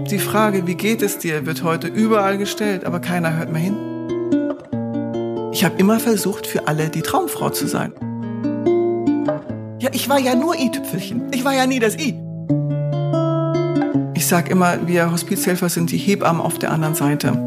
Die Frage, wie geht es dir, wird heute überall gestellt, aber keiner hört mehr hin. Ich habe immer versucht, für alle die Traumfrau zu sein. Ja, ich war ja nur i-Tüpfelchen. Ich war ja nie das I. Ich sag immer, wir Hospizhelfer sind die Hebammen auf der anderen Seite.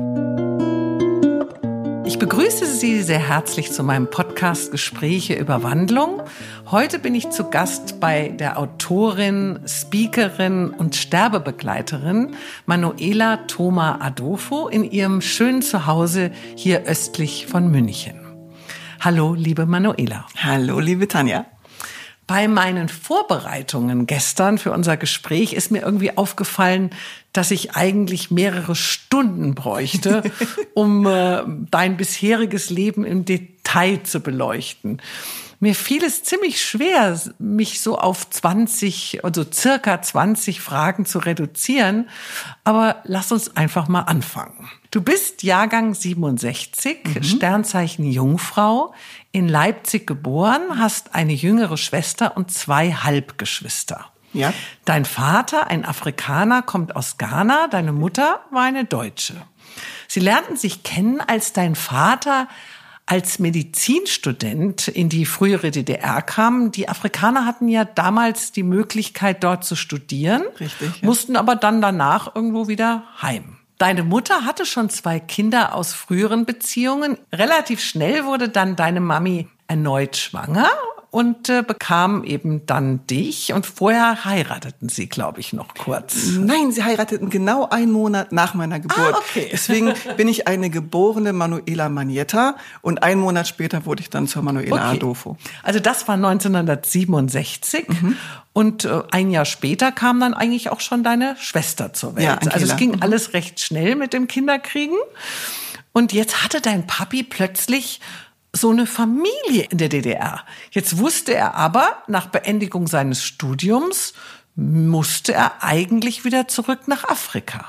Ich begrüße Sie sehr herzlich zu meinem Podcast Gespräche über Wandlung. Heute bin ich zu Gast bei der Autorin, Speakerin und Sterbebegleiterin Manuela Thoma Adolfo in ihrem schönen Zuhause hier östlich von München. Hallo, liebe Manuela. Hallo, liebe Tanja. Bei meinen Vorbereitungen gestern für unser Gespräch ist mir irgendwie aufgefallen, dass ich eigentlich mehrere Stunden bräuchte, um dein bisheriges Leben im Detail zu beleuchten. Mir fiel es ziemlich schwer, mich so auf circa 20 Fragen zu reduzieren. Aber lass uns einfach mal anfangen. Du bist Jahrgang 67, Sternzeichen Jungfrau, in Leipzig geboren, hast eine jüngere Schwester und 2 Halbgeschwister. Ja. Dein Vater, ein Afrikaner, kommt aus Ghana, deine Mutter war eine Deutsche. Sie lernten sich kennen, als dein Vater als Medizinstudent in die frühere DDR kam. Die Afrikaner hatten ja damals die Möglichkeit, dort zu studieren, richtig, ja. Mussten aber dann danach irgendwo wieder heim. Deine Mutter hatte schon 2 Kinder aus früheren Beziehungen. Relativ schnell wurde dann deine Mami erneut schwanger und bekam eben dann dich. Und vorher heirateten sie, glaube ich, noch kurz. Nein, sie heirateten genau 1 Monat nach meiner Geburt. Okay. Deswegen bin ich eine geborene Manuela Manietta und 1 Monat später wurde ich dann zur Manuela Adolfo. Also das war 1967 und 1 Jahr später kam dann eigentlich auch schon deine Schwester zur Welt. Ja, Angela. Also es ging alles recht schnell mit dem Kinderkriegen. Und jetzt hatte dein Papi plötzlich so eine Familie in der DDR. Jetzt wusste er aber, nach Beendigung seines Studiums musste er eigentlich wieder zurück nach Afrika.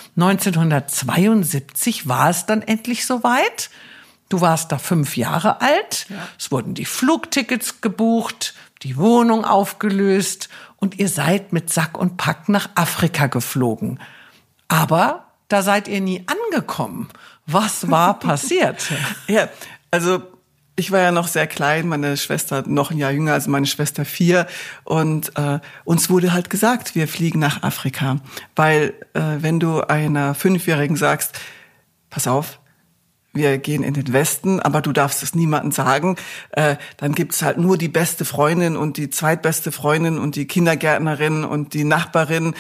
1972 war es dann endlich soweit. Du warst da 5 Jahre alt. Ja. Es wurden die Flugtickets gebucht, die Wohnung aufgelöst und ihr seid mit Sack und Pack nach Afrika geflogen. Aber da seid ihr nie angekommen. Was war passiert? Ja, also ich war ja noch sehr klein, meine Schwester noch 1 Jahr jünger, also meine Schwester 4. Und uns wurde halt gesagt, wir fliegen nach Afrika. Weil wenn du einer 5-Jährigen sagst, pass auf, wir gehen in den Westen, aber du darfst es niemandem sagen, dann gibt's halt nur die beste Freundin und die zweitbeste Freundin und die Kindergärtnerin und die Nachbarin,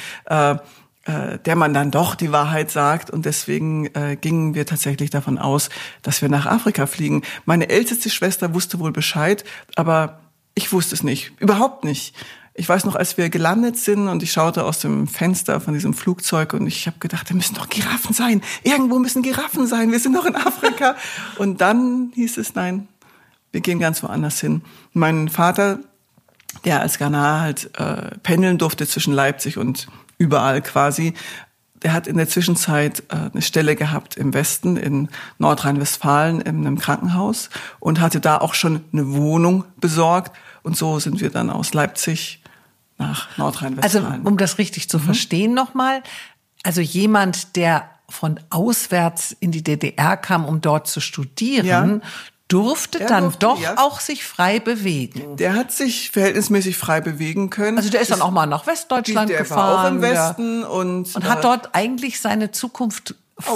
der man dann doch die Wahrheit sagt. Und deswegen gingen wir tatsächlich davon aus, dass wir nach Afrika fliegen. Meine älteste Schwester wusste wohl Bescheid, aber ich wusste es nicht, überhaupt nicht. Ich weiß noch, als wir gelandet sind und ich schaute aus dem Fenster von diesem Flugzeug und ich habe gedacht, da müssen doch Giraffen sein. Irgendwo müssen Giraffen sein, wir sind doch in Afrika. Und dann hieß es, nein, wir gehen ganz woanders hin. Mein Vater, der als Ghanaer halt pendeln durfte zwischen Leipzig und überall quasi. Der hat in der Zwischenzeit eine Stelle gehabt im Westen, in Nordrhein-Westfalen, in einem Krankenhaus und hatte da auch schon eine Wohnung besorgt. Und so sind wir dann aus Leipzig nach Nordrhein-Westfalen. Also, um das richtig zu verstehen nochmal, also jemand, der von auswärts in die DDR kam, um dort zu studieren, durfte auch sich frei bewegen. Der hat sich verhältnismäßig frei bewegen können. Also der ist dann auch mal nach Westdeutschland gefahren. Der war auch im Westen und hat dort eigentlich seine Zukunft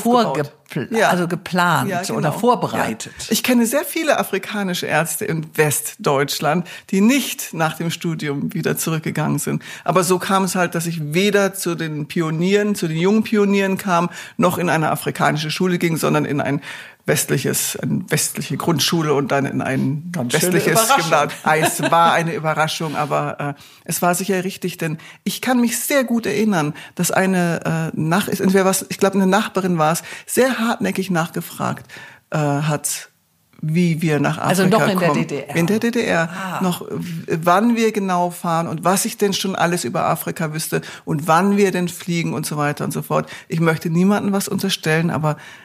geplant oder vorbereitet. Ja. Ich kenne sehr viele afrikanische Ärzte in Westdeutschland, die nicht nach dem Studium wieder zurückgegangen sind. Aber so kam es halt, dass ich weder zu den jungen Pionieren kam, noch in eine afrikanische Schule ging, sondern in eine westliche Grundschule und dann in ein westliches Gymnasium. Es war eine Überraschung, aber es war sicher richtig, denn ich kann mich sehr gut erinnern, dass eine eine Nachbarin war es, sehr hartnäckig nachgefragt hat, wie wir nach Afrika kommen. Also noch in der DDR? In der DDR. Noch, wann wir genau fahren und was ich denn schon alles über Afrika wüsste und wann wir denn fliegen und so weiter und so fort. Ich möchte niemandem was unterstellen, aber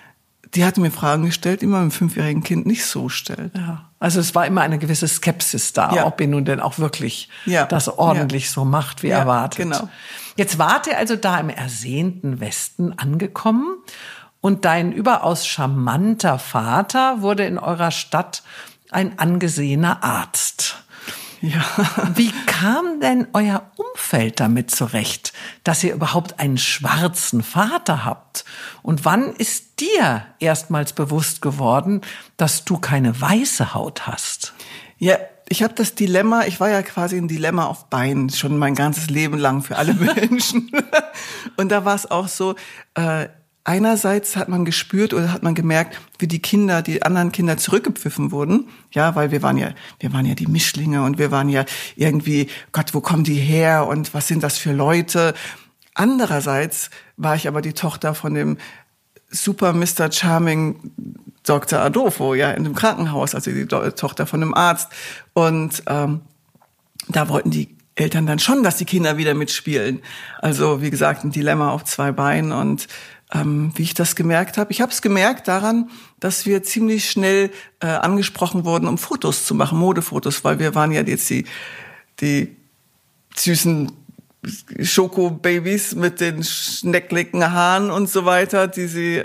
die hat mir Fragen gestellt, die man einem 5-jährigen Kind nicht so stellt. Ja. Also es war immer eine gewisse Skepsis da, Ja. ob ihr nun denn auch wirklich Ja. das ordentlich so macht, wie Ja, erwartet. genau. Jetzt wart ihr also da im ersehnten Westen angekommen und dein überaus charmanter Vater wurde in eurer Stadt ein angesehener Arzt. Ja. Wie kam denn euer Umfeld damit zurecht, dass ihr überhaupt einen schwarzen Vater habt? Und wann ist dir erstmals bewusst geworden, dass du keine weiße Haut hast? Ja, ich habe das Dilemma, ich war ja quasi ein Dilemma auf Beinen, schon mein ganzes Leben lang für alle Menschen. Und da war es auch so, einerseits hat man gespürt oder hat man gemerkt, wie die anderen Kinder zurückgepfiffen wurden. Ja, weil wir waren ja die Mischlinge und wir waren ja irgendwie, Gott, wo kommen die her und was sind das für Leute? Andererseits war ich aber die Tochter von dem Super Mr. Charming Dr. Adolfo, ja, in dem Krankenhaus, also die Tochter von einem Arzt. Und da wollten die Eltern dann schon, dass die Kinder wieder mitspielen. Also, wie gesagt, ein Dilemma auf 2 Beinen. Und wie ich das gemerkt habe, ich habe es gemerkt daran, dass wir ziemlich schnell angesprochen wurden, um Fotos zu machen, Modefotos, weil wir waren ja jetzt die süßen Schokobabys mit den schneckligen Haaren und so weiter, die sie,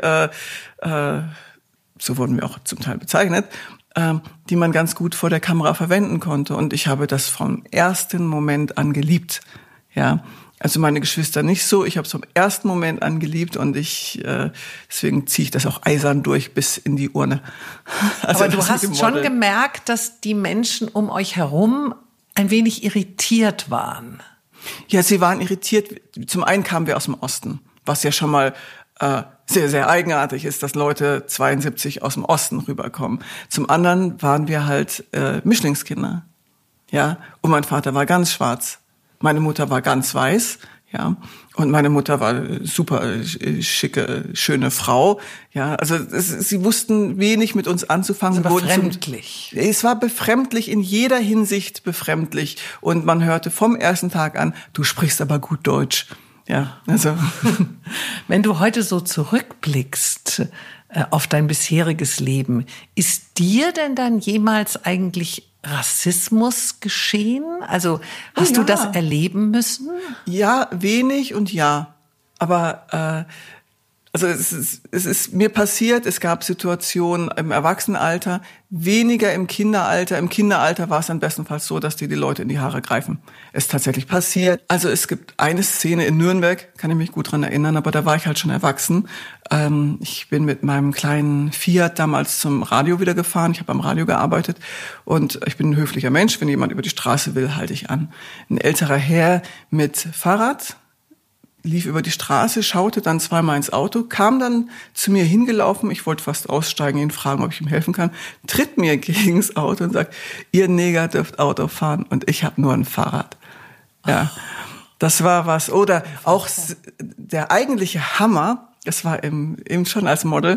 so wurden wir auch zum Teil bezeichnet, die man ganz gut vor der Kamera verwenden konnte. Und ich habe das vom ersten Moment an geliebt. Ja, also meine Geschwister nicht so. Ich habe es vom ersten Moment an geliebt und deswegen ziehe ich das auch eisern durch bis in die Urne. Also aber du hast schon gemerkt, dass die Menschen um euch herum ein wenig irritiert waren. Ja, sie waren irritiert. Zum einen kamen wir aus dem Osten, was ja schon mal sehr, sehr eigenartig ist, dass Leute 72 aus dem Osten rüberkommen. Zum anderen waren wir halt Mischlingskinder. Ja, und mein Vater war ganz schwarz. Meine Mutter war ganz weiß, ja, und meine Mutter war super schicke, schöne Frau, ja, also sie wussten wenig mit uns anzufangen. Also befremdlich. Es war befremdlich, in jeder Hinsicht befremdlich, und man hörte vom ersten Tag an, du sprichst aber gut Deutsch, ja, also. Wenn du heute so zurückblickst auf dein bisheriges Leben, ist dir denn dann jemals eigentlich Rassismus geschehen? Also hast du das erleben müssen? Ja, wenig und ja. Aber also es ist mir passiert, es gab Situationen im Erwachsenenalter, weniger im Kinderalter. Im Kinderalter war es dann bestenfalls so, dass die Leute in die Haare greifen. Es ist tatsächlich passiert. Also es gibt eine Szene in Nürnberg, kann ich mich gut dran erinnern, aber da war ich halt schon erwachsen. Ich bin mit meinem kleinen Fiat damals zum Radio wieder gefahren. Ich habe am Radio gearbeitet und ich bin ein höflicher Mensch. Wenn jemand über die Straße will, halte ich an. Ein älterer Herr mit Fahrrad lief über die Straße, schaute dann zweimal ins Auto, kam dann zu mir hingelaufen, ich wollte fast aussteigen, ihn fragen, ob ich ihm helfen kann, tritt mir gegens Auto und sagt, ihr Neger dürft Auto fahren und ich habe nur ein Fahrrad. Ja, das war was. Oder auch der eigentliche Hammer, das war eben schon als Model,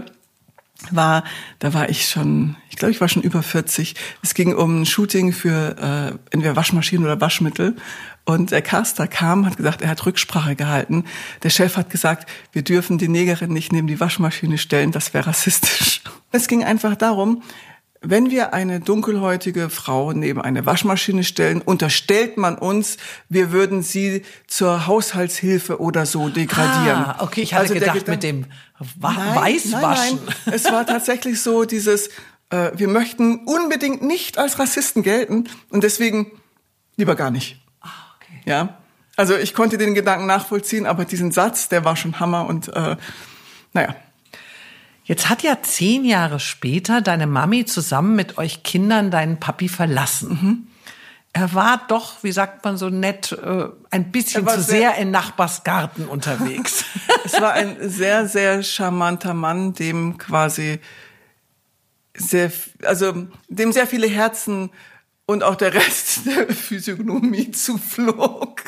da war ich schon, ich glaube, ich war schon über 40. Es ging um ein Shooting für entweder Waschmaschinen oder Waschmittel. Und der Caster kam, hat gesagt, er hat Rücksprache gehalten. Der Chef hat gesagt, wir dürfen die Negerin nicht neben die Waschmaschine stellen, das wäre rassistisch. Es ging einfach darum, wenn wir eine dunkelhäutige Frau neben eine Waschmaschine stellen, unterstellt man uns, wir würden sie zur Haushaltshilfe oder so degradieren. Ah, okay, ich hatte gedacht mit dem Weißwaschen. Nein. Es war tatsächlich so dieses, wir möchten unbedingt nicht als Rassisten gelten und deswegen lieber gar nicht. Ah, okay. Ja, also ich konnte den Gedanken nachvollziehen, aber diesen Satz, der war schon Hammer und naja. Jetzt hat ja 10 Jahre später deine Mami zusammen mit euch Kindern deinen Papi verlassen. Mhm. Er war doch, wie sagt man so nett, ein bisschen zu sehr in Nachbarsgarten unterwegs. Es war ein sehr, sehr charmanter Mann, dem quasi dem sehr viele Herzen und auch der Rest der Physiognomie zuflog.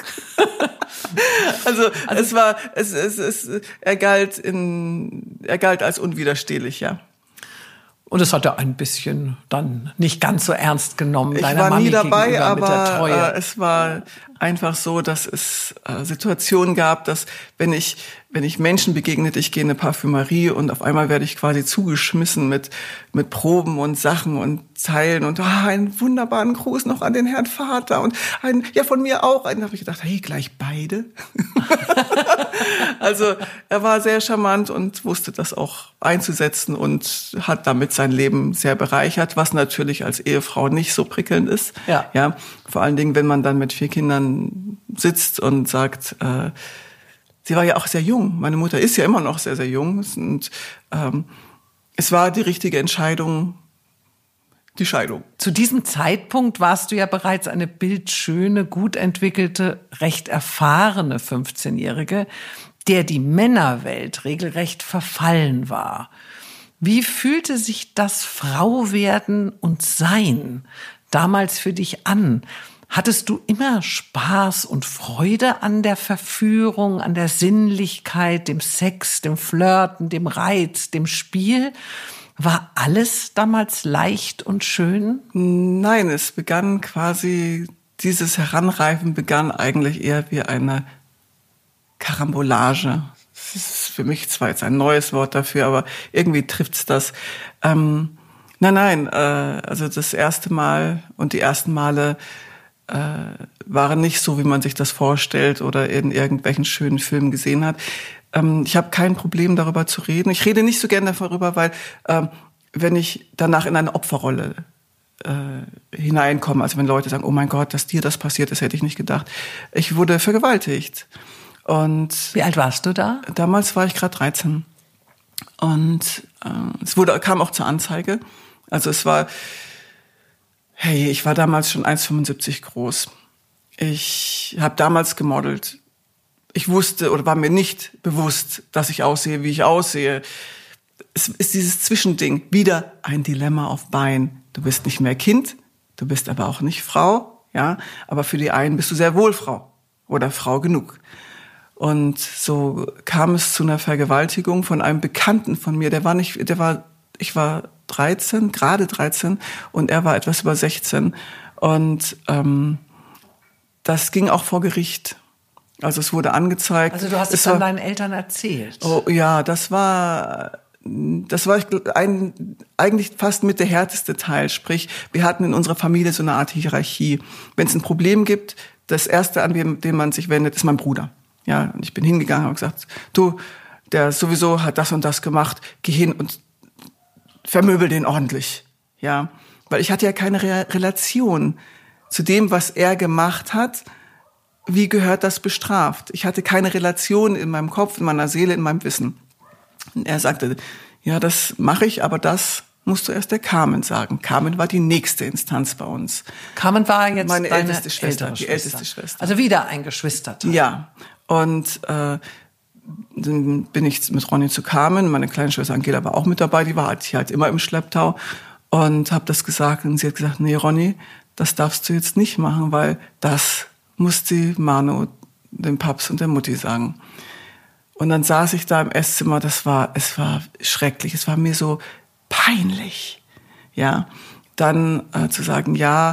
Er galt als unwiderstehlich, ja. Und das hat er ein bisschen dann nicht ganz so ernst genommen. Ich war nie dabei, aber es war einfach so, dass es Situationen gab, dass wenn ich Menschen begegnete, ich gehe in eine Parfümerie und auf einmal werde ich quasi zugeschmissen mit Proben und Sachen und Zeilen und einen wunderbaren Gruß noch an den Herrn Vater und von mir auch. Einen habe ich gedacht, hey, gleich beide. Also er war sehr charmant und wusste das auch einzusetzen und hat damit sein Leben sehr bereichert, was natürlich als Ehefrau nicht so prickelnd ist. Ja, vor allen Dingen, wenn man dann mit 4 Kindern sitzt und sagt, sie war ja auch sehr jung. Meine Mutter ist ja immer noch sehr, sehr jung. Und es war die richtige Entscheidung, die Scheidung. Zu diesem Zeitpunkt warst du ja bereits eine bildschöne, gut entwickelte, recht erfahrene 15-Jährige, der die Männerwelt regelrecht verfallen war. Wie fühlte sich das Frauwerden und Sein damals für dich an? Hattest du immer Spaß und Freude an der Verführung, an der Sinnlichkeit, dem Sex, dem Flirten, dem Reiz, dem Spiel? War alles damals leicht und schön? Nein, es begann quasi, dieses Heranreifen begann eigentlich eher wie eine Karambolage. Das ist für mich zwar jetzt ein neues Wort dafür, aber irgendwie trifft's das. Also das erste Mal und die ersten Male waren nicht so, wie man sich das vorstellt oder in irgendwelchen schönen Filmen gesehen hat. Ich habe kein Problem, darüber zu reden. Ich rede nicht so gerne darüber, weil wenn ich danach in eine Opferrolle hineinkomme, also wenn Leute sagen, oh mein Gott, dass dir das passiert ist, hätte ich nicht gedacht. Ich wurde vergewaltigt. Und wie alt warst du da? Damals war ich gerade 13. Und kam auch zur Anzeige. Also es war... Hey, ich war damals schon 1,75 groß. Ich habe damals gemodelt. Ich wusste oder war mir nicht bewusst, dass ich aussehe, wie ich aussehe. Es ist dieses Zwischending, wieder ein Dilemma auf Bein. Du bist nicht mehr Kind, du bist aber auch nicht Frau, ja. Aber für die einen bist du sehr wohl Frau oder Frau genug. Und so kam es zu einer Vergewaltigung von einem Bekannten von mir. Ich war 13, gerade 13 und er war etwas über 16 und das ging auch vor Gericht. Also es wurde angezeigt. Also du hast es dann deinen Eltern erzählt? Oh ja, das war eigentlich fast mit der härteste Teil. Sprich, wir hatten in unserer Familie so eine Art Hierarchie. Wenn es ein Problem gibt, das Erste, an dem man sich wendet, ist mein Bruder. Ja, und ich bin hingegangen und gesagt, du, der sowieso hat das und das gemacht, geh hin und vermöbel den ordentlich, ja. Weil ich hatte ja keine Relation zu dem, was er gemacht hat. Wie gehört das bestraft? Ich hatte keine Relation in meinem Kopf, in meiner Seele, in meinem Wissen. Und er sagte, ja, das mache ich, aber das musst du erst der Carmen sagen. Carmen war die nächste Instanz bei uns. Carmen war jetzt meine deine älteste Schwester, die älteste Schwester. Also wieder ein Geschwisterteil. Ja, und dann bin ich mit Ronny zu Carmen, meine kleine Schwester Angela war auch mit dabei, die war halt immer im Schlepptau und habe das gesagt und sie hat gesagt, nee Ronny, das darfst du jetzt nicht machen, weil das muss die Manu dem Paps und der Mutti sagen. Und dann saß ich da im Esszimmer, es war schrecklich, es war mir so peinlich, ja, dann zu sagen, ja,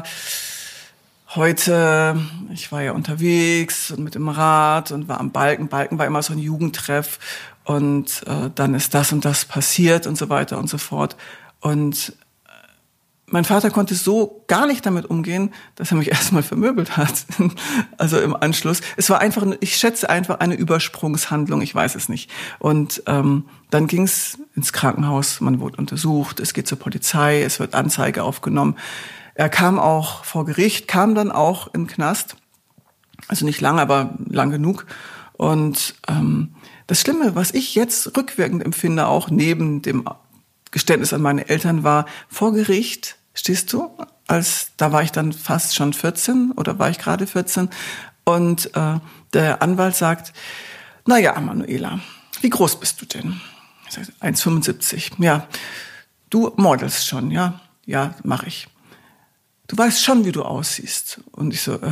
heute, ich war ja unterwegs und mit dem Rad und war am Balken. Balken war immer so ein Jugendtreff und dann ist das und das passiert und so weiter und so fort. Und mein Vater konnte so gar nicht damit umgehen, dass er mich erstmal vermöbelt hat. Also im Anschluss. Es war einfach, ich schätze einfach eine Übersprungshandlung, ich weiß es nicht. Und dann ging es ins Krankenhaus, man wurde untersucht, es geht zur Polizei, es wird Anzeige aufgenommen. Er kam auch vor Gericht, kam dann auch in den Knast. Also nicht lange, aber lang genug. Und das Schlimme, was ich jetzt rückwirkend empfinde, auch neben dem Geständnis an meine Eltern, war vor Gericht, stehst du, da war ich dann fast schon 14 oder war ich gerade 14. Und der Anwalt sagt, na ja, Manuela, wie groß bist du denn? Ich sage, 1,75. Ja, du modelst schon, ja? Ja, mache ich. Du weißt schon, wie du aussiehst. Und ich so,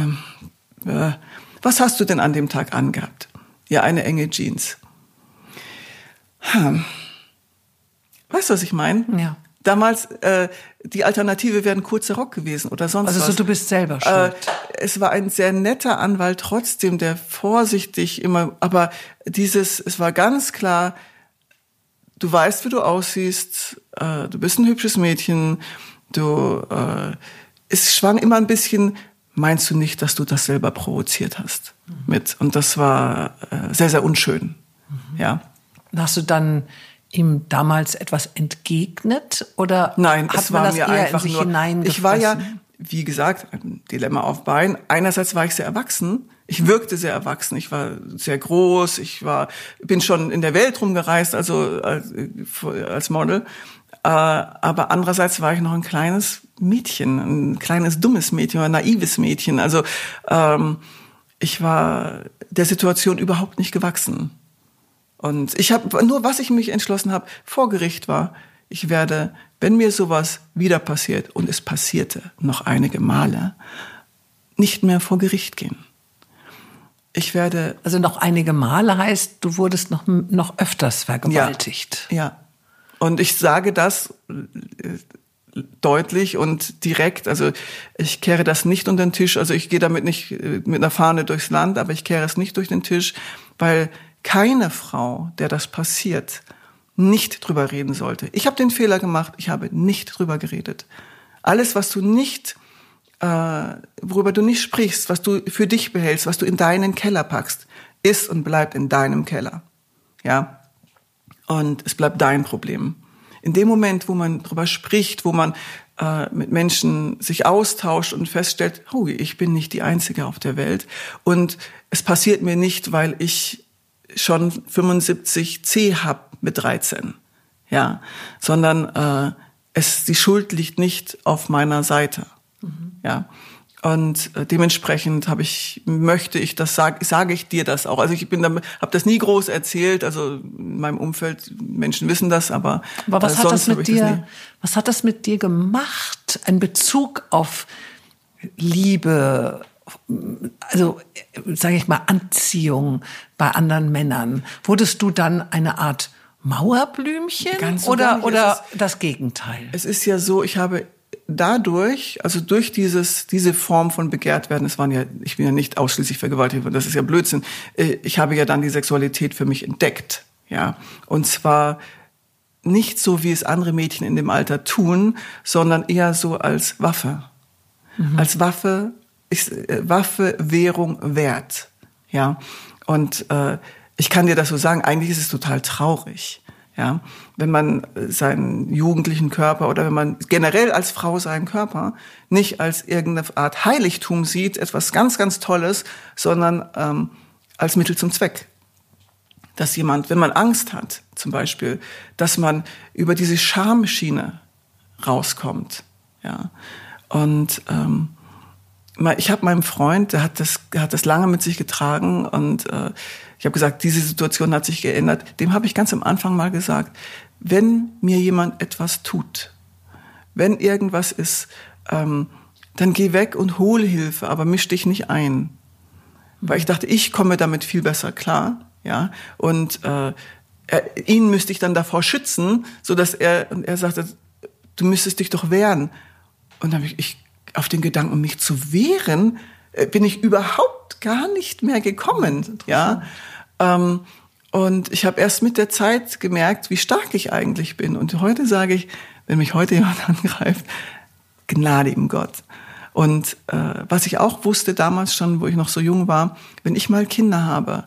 was hast du denn an dem Tag angehabt? Ja, eine enge Jeans. Weißt du, was ich meine? Ja. Damals, die Alternative wäre ein kurzer Rock gewesen oder sonst was. Also du bist selber schuld. Es war ein sehr netter Anwalt trotzdem, der vorsichtig immer, aber es war ganz klar, du weißt, wie du aussiehst, du bist ein hübsches Mädchen, es schwang immer ein bisschen, meinst du nicht, dass du das selber provoziert hast mit? Und das war sehr, sehr unschön, ja. Hast du dann ihm damals etwas entgegnet oder nein, hat es man war das mir eher einfach in sich nur, hineingefressen? ich war ja, wie gesagt, ein Dilemma auf Bein. Einerseits war ich sehr erwachsen, ich wirkte sehr erwachsen, ich war sehr groß, bin schon in der Welt rumgereist, also als Model. Aber andererseits war ich noch ein kleines Mädchen, ein kleines dummes Mädchen, ein naives Mädchen. Also ich war der Situation überhaupt nicht gewachsen. Und was ich mich entschlossen habe, vor Gericht war, ich werde, wenn mir sowas wieder passiert, und es passierte noch einige Male, nicht mehr vor Gericht gehen. Also noch einige Male heißt, du wurdest noch öfters vergewaltigt. Ja. Und ich sage das deutlich und direkt, also ich kehre das nicht unter den Tisch, also ich gehe damit nicht mit einer Fahne durchs Land, aber ich kehre es nicht durch den Tisch, weil keine Frau, der das passiert, nicht drüber reden sollte. Ich habe den Fehler gemacht, ich habe nicht drüber geredet. Alles, was du nicht, worüber du nicht sprichst, was du für dich behältst, was du in deinen Keller packst, ist und bleibt in deinem Keller. Ja? Und es bleibt dein Problem. In dem Moment, wo man drüber spricht, wo man mit Menschen sich austauscht und feststellt, oh, ich bin nicht die Einzige auf der Welt. Und es passiert mir nicht, weil ich schon 75C hab mit 13. Ja, sondern die Schuld liegt nicht auf meiner Seite. Ja. Und dementsprechend sage ich dir das auch. Also ich habe das nie groß erzählt. Also in meinem Umfeld, Menschen wissen das, aber was hat das mit dir gemacht? Ein Bezug auf Liebe, also sage ich mal Anziehung bei anderen Männern. Wurdest du dann eine Art Mauerblümchen oder das Gegenteil? Es ist ja so, ich habe dadurch, also durch diese Form von Begehrtwerden, ich bin ja nicht ausschließlich vergewaltigt, das ist ja Blödsinn. Ich habe ja dann die Sexualität für mich entdeckt, ja. Und zwar nicht so, wie es andere Mädchen in dem Alter tun, sondern eher so als Waffe. Als Waffe, Währung, Wert, ja. Und ich kann dir das so sagen, eigentlich ist es total traurig. Ja, wenn man seinen jugendlichen Körper oder wenn man generell als Frau seinen Körper nicht als irgendeine Art Heiligtum sieht, etwas ganz, ganz Tolles, sondern als Mittel zum Zweck. Dass jemand, wenn man Angst hat, zum Beispiel, dass man über diese Schamschiene rauskommt. Ja, und ich habe meinem Freund, der hat das lange mit sich getragen und ich habe gesagt, diese Situation hat sich geändert. Dem habe ich ganz am Anfang mal gesagt, wenn mir jemand etwas tut, wenn irgendwas ist, dann geh weg und hol Hilfe, aber misch dich nicht ein. Weil ich dachte, ich komme damit viel besser klar, ja. Und ihn müsste ich dann davor schützen, sodass er sagte, du müsstest dich doch wehren. Und dann habe ich auf den Gedanken, mich zu wehren, bin ich überhaupt gar nicht mehr gekommen, ja. Und ich habe erst mit der Zeit gemerkt, wie stark ich eigentlich bin. Und heute sage ich, wenn mich heute jemand angreift, Gnade ihm Gott. Und was ich auch wusste damals schon, wo ich noch so jung war, wenn ich mal Kinder habe,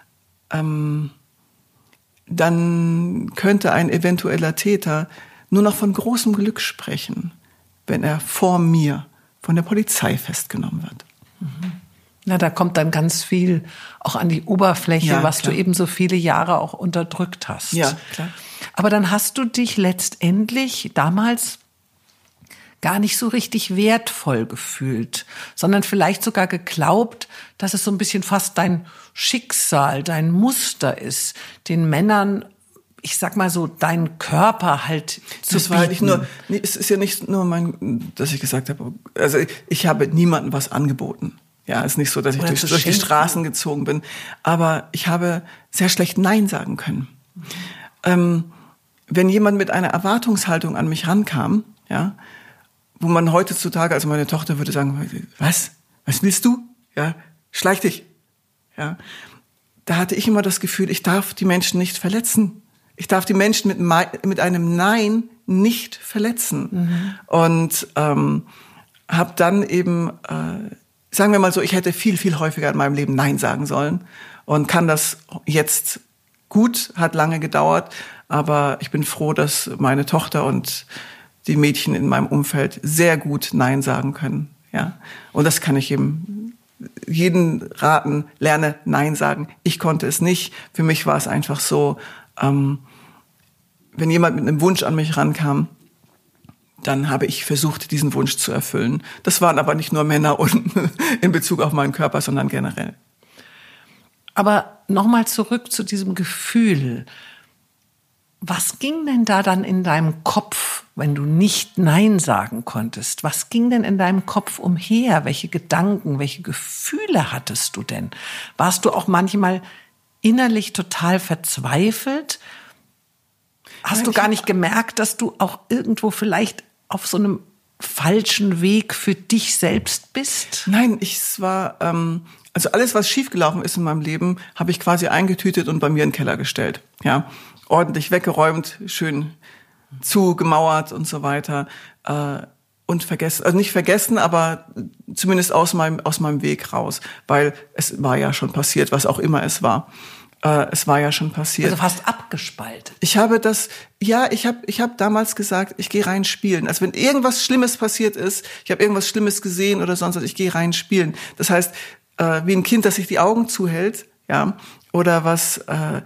dann könnte ein eventueller Täter nur noch von großem Glück sprechen, wenn er vor mir von der Polizei festgenommen wird. Na, da kommt dann ganz viel auch an die Oberfläche, ja, was klar. du eben so viele Jahre auch unterdrückt hast. Ja, klar. Aber dann hast du dich letztendlich damals gar nicht so richtig wertvoll gefühlt, sondern vielleicht sogar geglaubt, dass es so ein bisschen fast dein Schicksal, dein Muster ist, den Männern, ich sag mal so, deinen Körper halt zu das war bieten. Es ist ja nicht nur dass ich gesagt habe, also ich habe niemandem was angeboten. Ja, ist nicht so, dass ich durch die Straßen gezogen bin. Aber ich habe sehr schlecht Nein sagen können. wenn jemand mit einer Erwartungshaltung an mich rankam, ja, wo man heutzutage, also meine Tochter würde sagen, was willst du? Ja, schleich dich. Ja, da hatte ich immer das Gefühl, ich darf die Menschen nicht verletzen. Ich darf die Menschen mit einem Nein nicht verletzen. Und habe dann eben, sagen wir mal so, ich hätte viel, viel häufiger in meinem Leben Nein sagen sollen und kann das jetzt gut, hat lange gedauert, aber ich bin froh, dass meine Tochter und die Mädchen in meinem Umfeld sehr gut Nein sagen können. Ja, und das kann ich jeden raten, lerne Nein sagen. Ich konnte es nicht. Für mich war es einfach so, wenn jemand mit einem Wunsch an mich rankam, dann habe ich versucht, diesen Wunsch zu erfüllen. Das waren aber nicht nur Männer und in Bezug auf meinen Körper, sondern generell. Aber nochmal zurück zu diesem Gefühl. Was ging denn da dann in deinem Kopf, wenn du nicht Nein sagen konntest? Was ging denn in deinem Kopf umher? Welche Gedanken, welche Gefühle hattest du denn? Warst du auch manchmal innerlich total verzweifelt? Hast du gar nicht gemerkt, dass du auch irgendwo vielleicht auf so einem falschen Weg für dich selbst bist? Nein, also alles, was schiefgelaufen ist in meinem Leben, habe ich quasi eingetütet und bei mir in den Keller gestellt. Ja, ordentlich weggeräumt, schön zugemauert und so weiter. Und vergessen, also nicht vergessen, aber zumindest aus meinem Weg raus. Weil es war ja schon passiert, was auch immer es war. Es war ja schon passiert. Also fast abgespalten. Ich habe damals gesagt, ich gehe rein spielen. Also wenn irgendwas Schlimmes passiert ist, ich habe irgendwas Schlimmes gesehen oder sonst was, ich gehe rein spielen. Das heißt, wie ein Kind, das sich die Augen zuhält, ja, oder was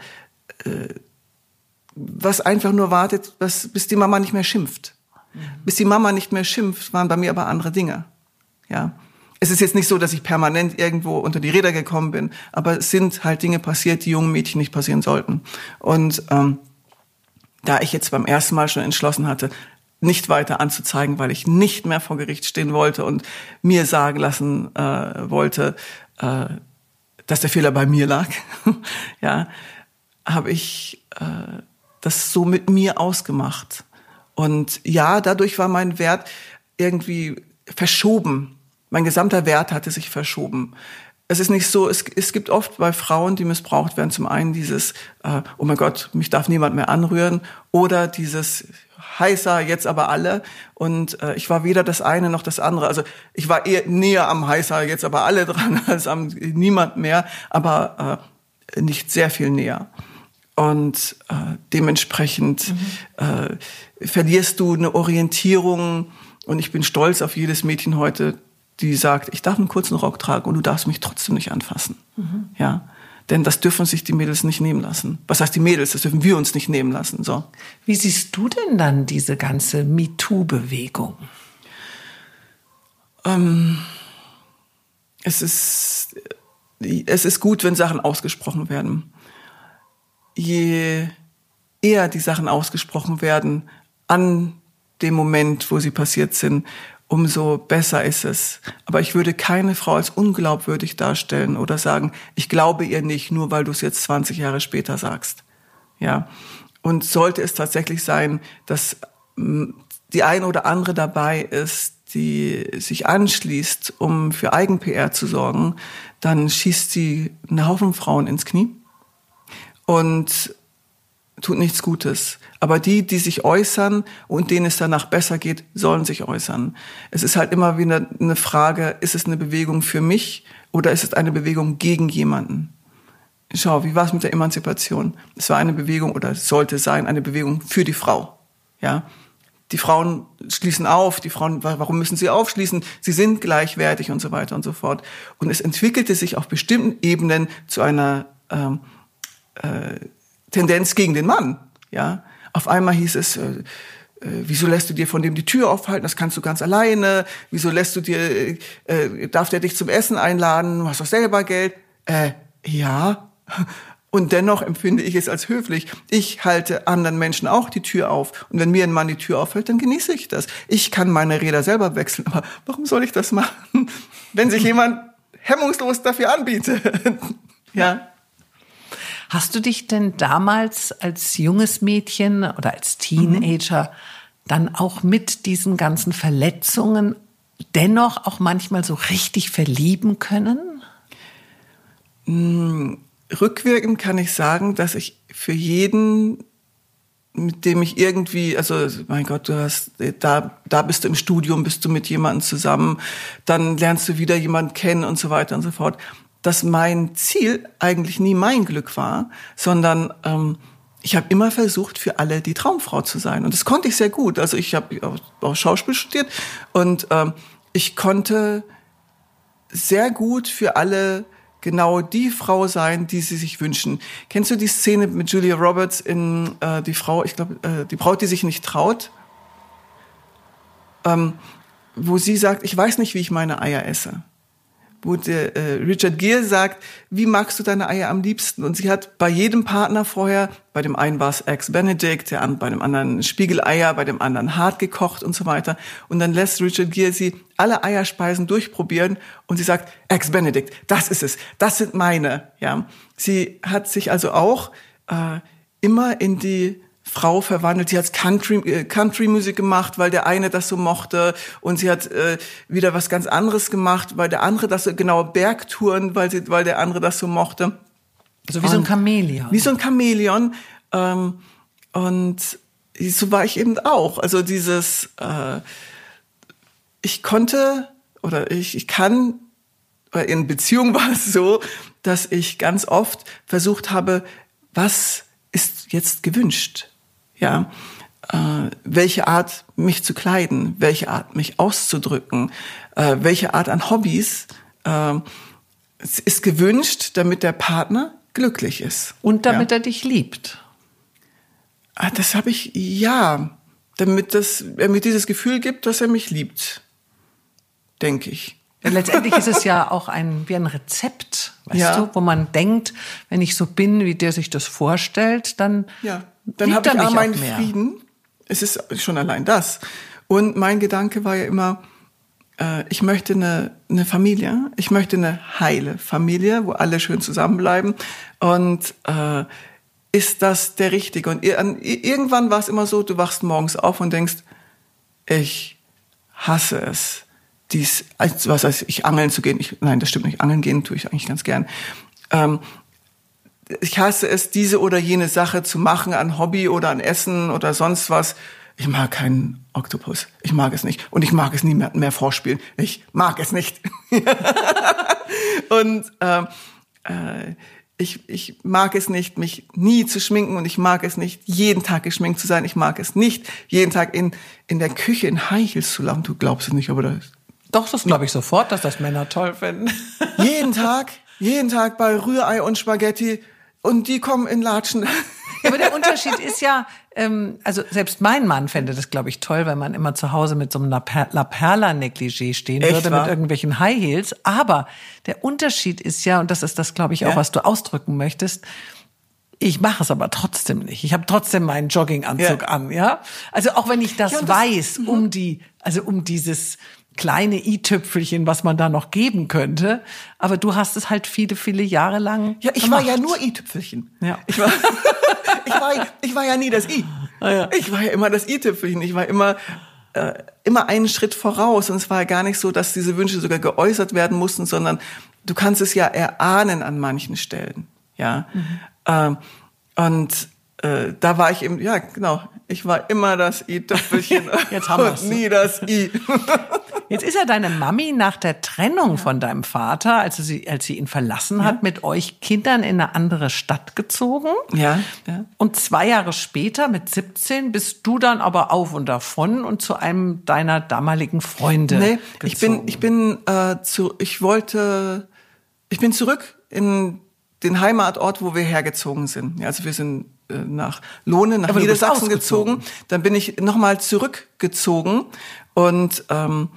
einfach nur wartet, bis die Mama nicht mehr schimpft. Bis die Mama nicht mehr schimpft, waren bei mir aber andere Dinge, ja. Es ist jetzt nicht so, dass ich permanent irgendwo unter die Räder gekommen bin, aber es sind halt Dinge passiert, die jungen Mädchen nicht passieren sollten. Und da ich jetzt beim ersten Mal schon entschlossen hatte, nicht weiter anzuzeigen, weil ich nicht mehr vor Gericht stehen wollte und mir sagen lassen wollte, dass der Fehler bei mir lag, ja, habe ich das so mit mir ausgemacht. Und ja, dadurch war mein Wert irgendwie verschoben. Mein gesamter Wert hatte sich verschoben. Es ist nicht so, es gibt oft bei Frauen, die missbraucht werden, zum einen dieses, oh mein Gott, mich darf niemand mehr anrühren, oder dieses heißer, jetzt aber alle. Und ich war weder das eine noch das andere. Also ich war eher näher am heißer, jetzt aber alle dran, als am niemand mehr, aber nicht sehr viel näher. Und dementsprechend verlierst du eine Orientierung. Und ich bin stolz auf jedes Mädchen heute, die sagt, ich darf einen kurzen Rock tragen und du darfst mich trotzdem nicht anfassen. Ja, denn das dürfen sich die Mädels nicht nehmen lassen. Was heißt die Mädels? Das dürfen wir uns nicht nehmen lassen. So. Wie siehst du denn dann diese ganze MeToo-Bewegung? Es ist gut, wenn Sachen ausgesprochen werden. Je eher die Sachen ausgesprochen werden, an dem Moment, wo sie passiert sind, umso besser ist es. Aber ich würde keine Frau als unglaubwürdig darstellen oder sagen, ich glaube ihr nicht, nur weil du es jetzt 20 Jahre später sagst. Ja. Und sollte es tatsächlich sein, dass die eine oder andere dabei ist, die sich anschließt, um für Eigen-PR zu sorgen, dann schießt sie einen Haufen Frauen ins Knie und tut nichts Gutes. Aber die sich äußern und denen es danach besser geht, sollen sich äußern. Es ist halt immer wieder eine Frage, ist es eine Bewegung für mich oder ist es eine Bewegung gegen jemanden? Schau, wie war es mit der Emanzipation? Es war eine Bewegung oder es sollte sein, eine Bewegung für die Frau. Ja? Die Frauen schließen auf, warum müssen sie aufschließen? Sie sind gleichwertig und so weiter und so fort. Und es entwickelte sich auf bestimmten Ebenen zu einer Tendenz gegen den Mann, ja. Auf einmal hieß es, wieso lässt du dir von dem die Tür aufhalten? Das kannst du ganz alleine. Wieso darf der dich zum Essen einladen? Du hast doch selber Geld. Ja. Und dennoch empfinde ich es als höflich. Ich halte anderen Menschen auch die Tür auf. Und wenn mir ein Mann die Tür aufhält, dann genieße ich das. Ich kann meine Räder selber wechseln. Aber warum soll ich das machen, wenn sich jemand hemmungslos dafür anbietet? Ja. Hast du dich denn damals als junges Mädchen oder als Teenager dann auch mit diesen ganzen Verletzungen dennoch auch manchmal so richtig verlieben können? Rückwirkend kann ich sagen, dass ich für jeden, mit dem ich irgendwie, also mein Gott, du hast, da bist du im Studium, bist du mit jemandem zusammen, dann lernst du wieder jemanden kennen und so weiter und so fort, dass mein Ziel eigentlich nie mein Glück war, sondern ich habe immer versucht, für alle die Traumfrau zu sein. Und das konnte ich sehr gut. Also ich habe auch Schauspiel studiert und ich konnte sehr gut für alle genau die Frau sein, die sie sich wünschen. Kennst du die Szene mit Julia Roberts in die Frau, ich glaube, die Braut, die sich nicht traut? Wo sie sagt, ich weiß nicht, wie ich meine Eier esse. Wo der Richard Gere sagt, wie magst du deine Eier am liebsten? Und sie hat bei jedem Partner vorher, bei dem einen war es Eggs Benedict, bei dem anderen Spiegeleier, bei dem anderen hart gekocht und so weiter. Und dann lässt Richard Gere sie alle Eierspeisen durchprobieren und sie sagt, Eggs Benedict, das ist es, das sind meine. Ja, sie hat sich also auch immer in die Frau verwandelt. Sie hat Country-Musik gemacht, weil der eine das so mochte. Und sie hat wieder was ganz anderes gemacht, weil der andere das so, genau, Bergtouren, weil der andere das so mochte. Also wie so ein Chamäleon. Wie so ein Chamäleon. Und so war ich eben auch. Also dieses, ich konnte oder ich kann, oder in Beziehung war es so, dass ich ganz oft versucht habe, was ist jetzt gewünscht? Ja, welche Art mich zu kleiden, welche Art mich auszudrücken, welche Art an Hobbys ist gewünscht, damit der Partner glücklich ist. Und damit er dich liebt. Das habe ich, ja, damit er mir dieses Gefühl gibt, dass er mich liebt, denke ich. Letztendlich ist es ja auch wie ein Rezept, weißt du, wo man denkt, wenn ich so bin, wie der sich das vorstellt, dann habe ich meinen Frieden. Es ist schon allein das. Und mein Gedanke war ja immer, ich möchte eine Familie, ich möchte eine heile Familie, wo alle schön zusammenbleiben. Und ist das der Richtige? Und irgendwann war es immer so, du wachst morgens auf und denkst, ich hasse es. Was heißt ich, angeln zu gehen. Nein, das stimmt nicht. Angeln gehen tue ich eigentlich ganz gern. Ich hasse es, diese oder jene Sache zu machen, an Hobby oder an Essen oder sonst was. Ich mag keinen Oktopus. Ich mag es nicht. Und ich mag es nie mehr vorspielen. Ich mag es nicht. Und ich mag es nicht, mich nie zu schminken und ich mag es nicht, jeden Tag geschminkt zu sein. Ich mag es nicht, jeden Tag in der Küche in High Heels zu laufen. Du glaubst es nicht, aber das... Doch, das glaube ich sofort, dass das Männer toll finden. Jeden Tag bei Rührei und Spaghetti und die kommen in Latschen. Aber der Unterschied ist ja, also selbst mein Mann fände das, glaube ich, toll, wenn man immer zu Hause mit so einem La Perla-Negligé stehen würde, mit irgendwelchen High Heels. Aber der Unterschied ist ja, und das ist das, glaube ich, auch, was du ausdrücken möchtest, ich mache es aber trotzdem nicht. Ich habe trotzdem meinen Jogginganzug an, ja. Also auch wenn ich das weiß, um dieses kleine i-Tüpfelchen, was man da noch geben könnte. Aber du hast es halt viele, viele Jahre lang ich war ja nur i-Tüpfelchen. Ja. Ich war ja nie das i. Ich war ja immer das i-Tüpfelchen. Ich war immer einen Schritt voraus. Und es war ja gar nicht so, dass diese Wünsche sogar geäußert werden mussten, sondern du kannst es ja erahnen an manchen Stellen. Ja. Und da war ich eben, ja genau, ich war immer das i-Tüpfelchen Jetzt haben wir's. und nie das i. Jetzt ist ja deine Mami nach der Trennung von deinem Vater, als sie ihn verlassen hat, mit euch Kindern in eine andere Stadt gezogen. Ja. Und 2 Jahre später, mit 17, bist du dann aber auf und davon und zu einem deiner damaligen Freunde gezogen. Ich bin zurück in den Heimatort, wo wir hergezogen sind. Ja, also wir sind nach Lohne, nach Niedersachsen gezogen. Dann bin ich nochmal zurückgezogen und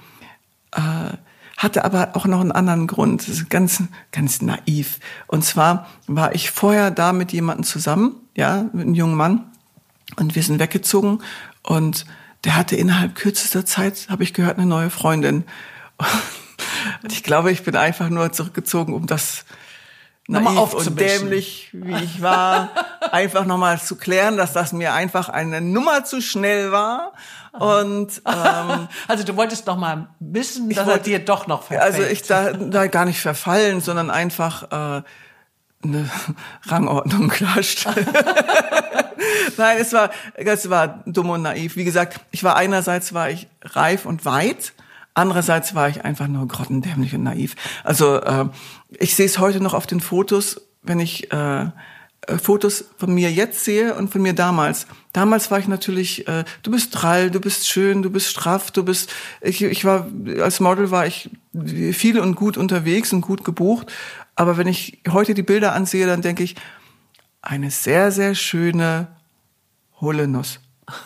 hatte aber auch noch einen anderen Grund. Das ist ganz, ganz naiv. Und zwar war ich vorher da mit jemandem zusammen, ja, mit einem jungen Mann. Und wir sind weggezogen und der hatte innerhalb kürzester Zeit, habe ich gehört, eine neue Freundin. Und ich glaube, ich bin einfach nur zurückgezogen, um das naiv und dämlich, wie ich war, einfach nochmal zu klären, dass das mir einfach eine Nummer zu schnell war. Und also du wolltest noch mal wissen, dass er dir doch noch verfällt. Also ich da gar nicht verfallen, sondern einfach eine Rangordnung klarstellen. Nein, es war dumm und naiv. Wie gesagt, einerseits war ich reif und weit, andererseits war ich einfach nur grottendämlich und naiv. Also ich sehe es heute noch auf den Fotos, wenn ich Fotos von mir jetzt sehe und von mir damals. Damals war ich natürlich, du bist drall, du bist schön, du bist straff, als Model war ich viel und gut unterwegs und gut gebucht. Aber wenn ich heute die Bilder ansehe, dann denke ich, eine sehr, sehr schöne hohle Nuss.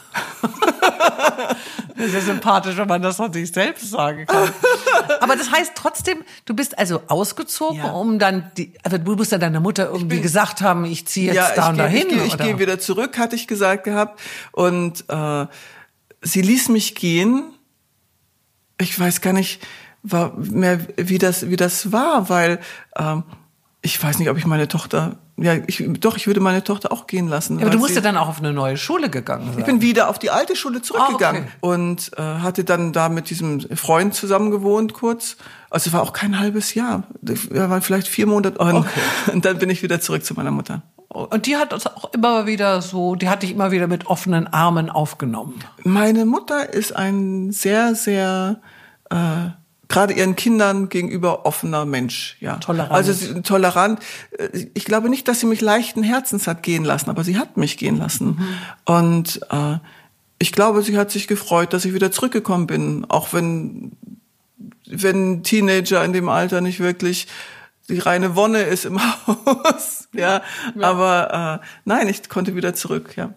Sehr sympathisch, wenn man das von sich selbst sagen kann. Aber das heißt trotzdem, du bist also ausgezogen, um dann also du musst ja deiner Mutter irgendwie gesagt haben, ich ziehe jetzt da und dahin. Ich gehe wieder zurück, hatte ich gesagt gehabt. Und sie ließ mich gehen. Ich weiß gar nicht mehr, wie das war, weil ich weiß nicht, ob ich meine Tochter, ich würde meine Tochter auch gehen lassen. Ja, aber du musst ja dann auch auf eine neue Schule gegangen sein. Ich bin wieder auf die alte Schule zurückgegangen und hatte dann da mit diesem Freund zusammen gewohnt kurz. Also es war auch kein halbes Jahr, war vielleicht 4 Monate und dann bin ich wieder zurück zu meiner Mutter. Und die hat uns auch immer wieder die hat dich immer wieder mit offenen Armen aufgenommen. Meine Mutter ist ein sehr, sehr gerade ihren Kindern gegenüber offener Mensch, ja. Tolerant. Also tolerant. Ich glaube nicht, dass sie mich leichten Herzens hat gehen lassen, aber sie hat mich gehen lassen. Und ich glaube, sie hat sich gefreut, dass ich wieder zurückgekommen bin, auch wenn Teenager in dem Alter nicht wirklich die reine Wonne ist im Haus, ja. Aber nein, ich konnte wieder zurück, ja.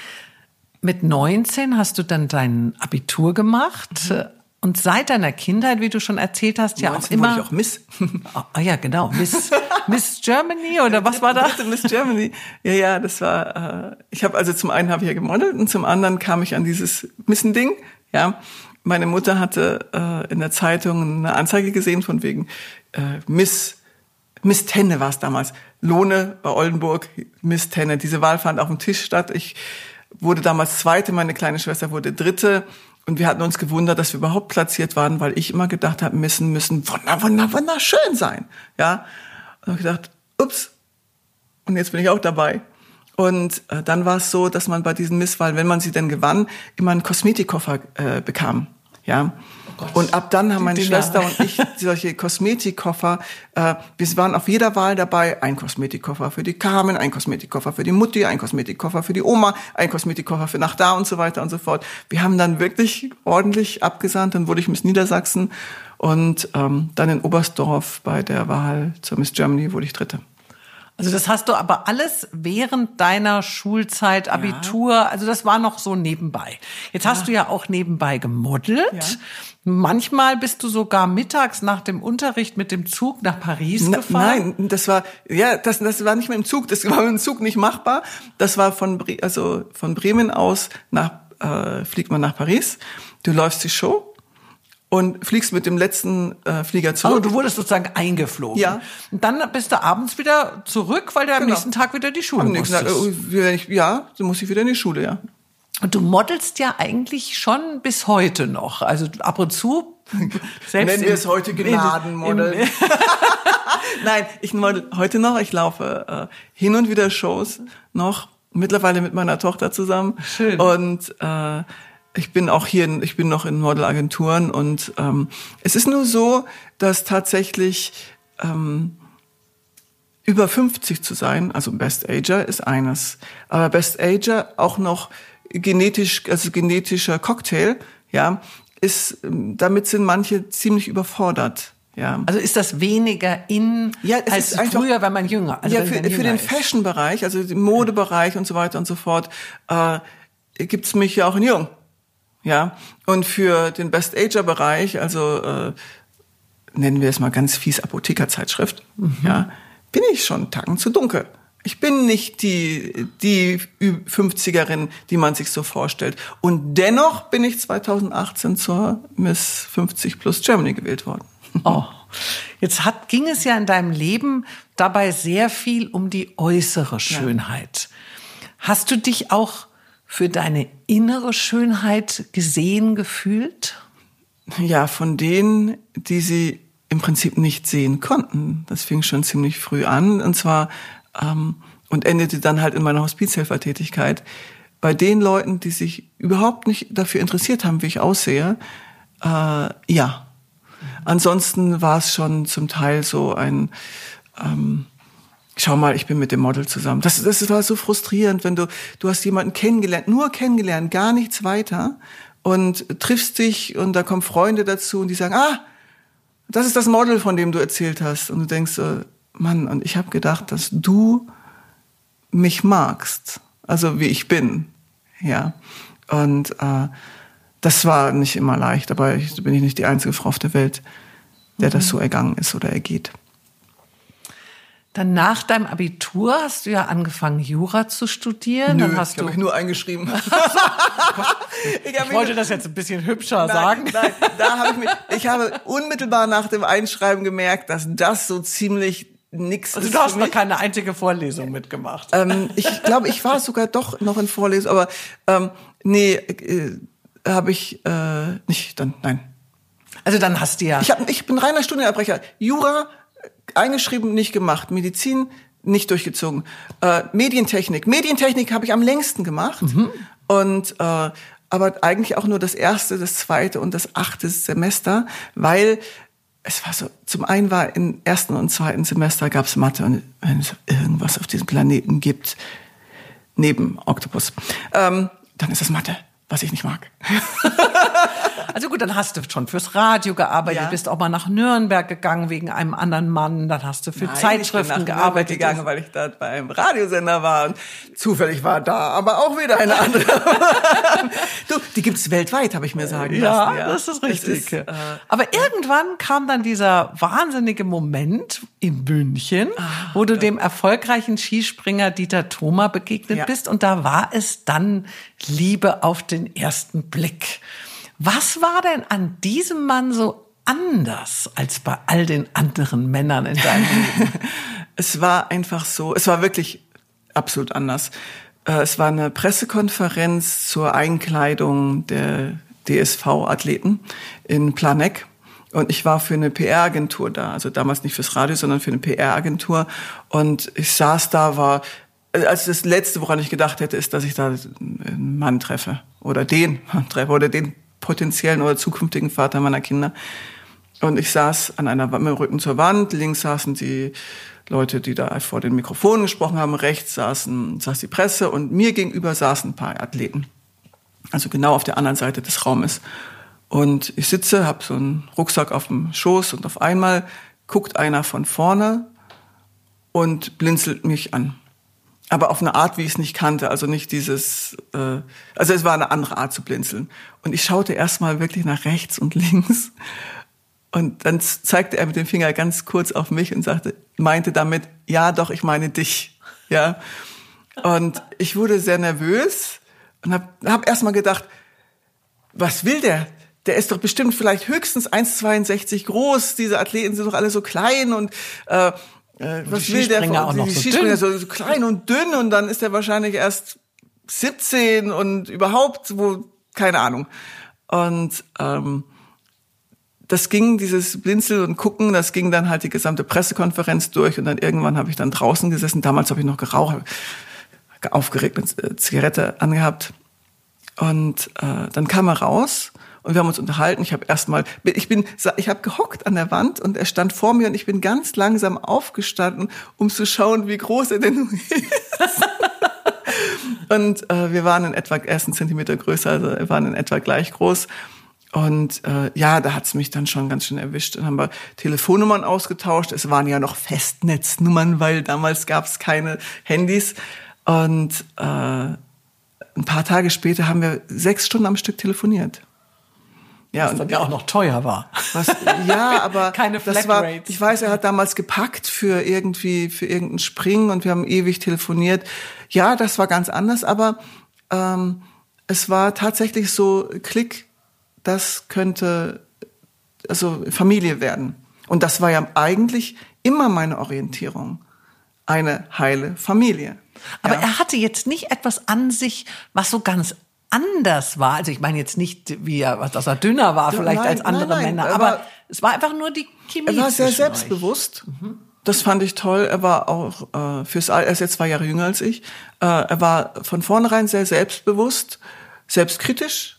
Mit 19 hast du dann dein Abitur gemacht. Und seit deiner Kindheit, wie du schon erzählt hast, ja auch immer. Wurde ich auch Miss. Ja, genau. Miss Germany oder was war das? Miss Germany. Ja, das war. Zum einen habe ich ja gemodelt und zum anderen kam ich an dieses Missen-Ding. Ja, meine Mutter hatte in der Zeitung eine Anzeige gesehen von wegen Miss Tenne war es damals. Lohne bei Oldenburg, Miss Tenne. Diese Wahl fand auf dem Tisch statt. Ich wurde damals Zweite, meine kleine Schwester wurde Dritte. Und wir hatten uns gewundert, dass wir überhaupt platziert waren, weil ich immer gedacht habe, müssen wunderschön sein. Ja. Und habe gedacht, ups. Und jetzt bin ich auch dabei. Und dann war es so, dass man bei diesen Misswahlen, wenn man sie denn gewann, immer einen Kosmetikkoffer bekam. Ja. Und ab dann haben meine Schwester und ich solche Kosmetikkoffer, wir waren auf jeder Wahl dabei, ein Kosmetikkoffer für die Carmen, ein Kosmetikkoffer für die Mutti, ein Kosmetikkoffer für die Oma, ein Kosmetikkoffer für nach da und so weiter und so fort. Wir haben dann wirklich ordentlich abgesandt, dann wurde ich Miss Niedersachsen und dann in Oberstdorf bei der Wahl zur Miss Germany wurde ich Dritte. Also das hast du aber alles während deiner Schulzeit, Abitur, also das war noch so nebenbei. Jetzt hast du ja auch nebenbei gemodelt. Ja. Manchmal bist du sogar mittags nach dem Unterricht mit dem Zug nach Paris gefahren. Nein, das war nicht mehr im Zug, das war mit dem Zug nicht machbar. Das war von Bremen aus fliegt man nach Paris. Du läufst die Show und fliegst mit dem letzten Flieger zurück. Also du wurdest sozusagen eingeflogen. Ja. Und dann bist du abends wieder zurück, weil du am nächsten Tag wieder in die Schule musstest. Du musst wieder in die Schule, ja. Und du modelst ja eigentlich schon bis heute noch. Also ab und zu. Nennen wir es heute Gnadenmodel. Nein, ich model heute noch. Ich laufe hin und wieder Shows noch. Mittlerweile mit meiner Tochter zusammen. Schön. Und ich bin noch in Modelagenturen. Und es ist nur so, dass tatsächlich über 50 zu sein, also Best Ager ist eines. Aber Best Ager auch noch genetischer Cocktail, ja, damit sind manche ziemlich überfordert, ja. Also ist das weniger als früher, wenn man jünger, also für den Fashion-Bereich, also den Modebereich und so weiter und so fort, gibt's mich ja auch in jung, ja. Und für den Best Ager-Bereich, also nennen wir es mal ganz fies Apothekerzeitschrift, ja, bin ich schon einen Tacken zu dunkel. Ich bin nicht die 50erin, die man sich so vorstellt. Und dennoch bin ich 2018 zur Miss 50 plus Germany gewählt worden. Oh, jetzt ging es ja in deinem Leben dabei sehr viel um die äußere Schönheit. Hast du dich auch für deine innere Schönheit gesehen gefühlt? Ja, von denen, die sie im Prinzip nicht sehen konnten. Das fing schon ziemlich früh an, und zwar und endete dann halt in meiner Hospizhelfertätigkeit. Bei den Leuten, die sich überhaupt nicht dafür interessiert haben, wie ich aussehe, ja. Ansonsten war es schon zum Teil so ein schau mal, ich bin mit dem Model zusammen. Das war so frustrierend, wenn du hast jemanden kennengelernt, nur kennengelernt, gar nichts weiter, und triffst dich und da kommen Freunde dazu und die sagen, das ist das Model, von dem du erzählt hast. Und du denkst so, Mann, und ich habe gedacht, dass du mich magst, also wie ich bin, ja. Und das war nicht immer leicht, aber bin ich nicht die einzige Frau auf der Welt, der das so ergangen ist oder ergeht. Dann nach deinem Abitur hast du ja angefangen, Jura zu studieren. Nö, dann hast ich habe mich nur eingeschrieben. Ich wollte das jetzt ein bisschen hübscher sagen. Nein, ich habe unmittelbar nach dem Einschreiben gemerkt, dass das so ziemlich nix ist. Also du hast noch keine einzige Vorlesung mitgemacht. Ich glaube, ich war sogar doch noch in Vorlesung, aber habe ich nicht. Dann nein. Also dann hast du ja. Ich bin reiner Studienabbrecher. Jura eingeschrieben, nicht gemacht. Medizin nicht durchgezogen. Medientechnik habe ich am längsten gemacht. Und aber eigentlich auch nur das 1., das 2. und das 8. Semester, weil es war so, zum einen war im 1. und 2. Semester gab's Mathe, und wenn es irgendwas auf diesem Planeten gibt, neben Oktopus, dann ist das Mathe, was ich nicht mag. Also gut, dann hast du schon fürs Radio gearbeitet, bist auch mal nach Nürnberg gegangen wegen einem anderen Mann, dann hast du für Zeitschriften gearbeitet. Ich bin nach Nürnberg gegangen, weil ich da bei einem Radiosender war, und zufällig war da aber auch wieder eine andere. Die gibt's weltweit, habe ich mir sagen lassen. Ja, das ist richtig. Aber irgendwann kam dann dieser wahnsinnige Moment in München, wo du dem erfolgreichen Skispringer Dieter Thoma begegnet bist, und da war es dann Liebe auf den ersten Blick. Was war denn an diesem Mann so anders als bei all den anderen Männern in deinem Leben? Es war einfach so, es war wirklich absolut anders. Es war eine Pressekonferenz zur Einkleidung der DSV-Athleten in Planegg. Und ich war für eine PR-Agentur da, also damals nicht fürs Radio, sondern für eine PR-Agentur. Und ich saß da, also das Letzte, woran ich gedacht hätte, ist, dass ich da einen Mann treffe oder den Mann treffe oder den potenziellen oder zukünftigen Vater meiner Kinder. Und ich saß mit dem Rücken zur Wand, links saßen die Leute, die da vor den Mikrofonen gesprochen haben, rechts saß die Presse, und mir gegenüber saßen ein paar Athleten. Also genau auf der anderen Seite des Raumes. Und ich sitze, habe so einen Rucksack auf dem Schoß, und auf einmal guckt einer von vorne und blinzelt mich an. Aber auf eine Art, wie ich es nicht kannte, also nicht dieses, also es war eine andere Art zu blinzeln. Und ich schaute erstmal wirklich nach rechts und links, und dann zeigte er mit dem Finger ganz kurz auf mich und meinte damit, ja doch, ich meine dich, ja. Und ich wurde sehr nervös und hab erstmal gedacht, was will der? Der ist doch bestimmt vielleicht höchstens 1,62 groß, diese Athleten sind doch alle so klein, und was will der? Die Skispringer so klein und dünn, und dann ist er wahrscheinlich erst 17 und überhaupt, keine Ahnung. Und das ging, dieses Blinzeln und Gucken, das ging dann halt die gesamte Pressekonferenz durch, und dann irgendwann habe ich dann draußen gesessen. Damals habe ich noch geraucht, aufgeregt mit Zigarette angehabt, und dann kam er raus. Und wir haben uns unterhalten. Ich habe gehockt an der Wand, und er stand vor mir, und ich bin ganz langsam aufgestanden, um zu schauen, wie groß er denn ist. Und wir waren in etwa, er ist 1 Zentimeter größer, also wir waren in etwa gleich groß. Und da hat's mich dann schon ganz schön erwischt. Dann haben wir Telefonnummern ausgetauscht. Es waren ja noch Festnetznummern, weil damals gab's keine Handys. Und ein paar Tage später haben wir 6 Stunden am Stück telefoniert. Ja, was dann ja auch noch teuer war. Aber keine Flatrates. Ich weiß, er hat damals gepackt für irgendein Springen, und wir haben ewig telefoniert. Ja, das war ganz anders, aber es war tatsächlich so, Klick, das könnte also Familie werden. Und das war ja eigentlich immer meine Orientierung. eine heile Familie. Aber ja. er hatte jetzt nicht etwas an sich, was so ganz anders war. Also ich meine jetzt nicht, dass er dünner war vielleicht als andere Männer, aber es war einfach nur die Chemie. Er war sehr zwischen selbstbewusst. Das fand ich toll. Er war auch fürs Alter, er ist jetzt 2 Jahre jünger als ich. Er war von vornherein sehr selbstbewusst, selbstkritisch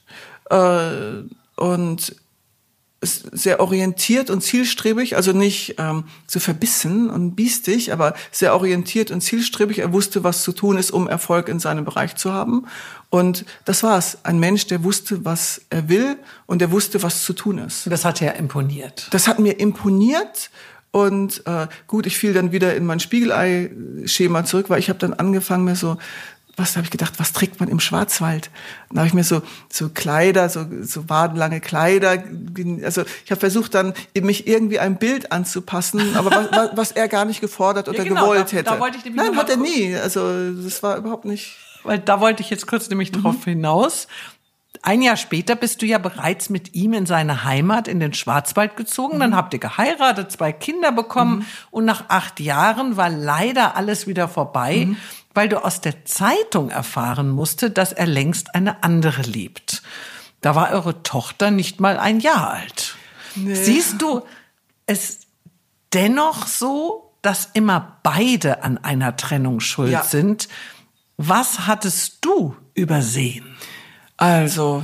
und sehr orientiert und zielstrebig, also nicht so verbissen und biestig, aber sehr orientiert und zielstrebig. Er wusste, was zu tun ist, um Erfolg in seinem Bereich zu haben. Und das war's. Ein Mensch, der wusste, was er will und der wusste, was zu tun ist. Das hat ja imponiert. Das hat mir imponiert. Und gut, ich fiel dann wieder in mein Spiegelei-Schema zurück, weil ich habe dann angefangen, mir so, was habe ich gedacht, was trägt man im Schwarzwald? Dann habe ich mir so Kleider, so wadenlange Kleider, also ich habe versucht dann mich irgendwie einem Bild anzupassen, aber was er gar nicht gefordert oder gewollt hätte. Da wollte ich nämlich Nein, hat er nie. Also das war überhaupt nicht. Weil da wollte ich jetzt kurz nämlich drauf hinaus. Ein Jahr später bist du ja bereits mit ihm in seine Heimat in den Schwarzwald gezogen. Dann habt ihr geheiratet, 2 Kinder bekommen. Und nach 8 Jahren war leider alles wieder vorbei, weil du aus der Zeitung erfahren musste, dass er längst eine andere liebt. Da war eure Tochter nicht mal 1 Jahr alt. Nee. Siehst du es dennoch so, dass immer beide an einer Trennung schuld sind? Was hattest du übersehen? Also,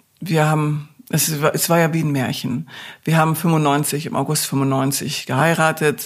es war ja wie ein Märchen. Wir haben im August 95 geheiratet.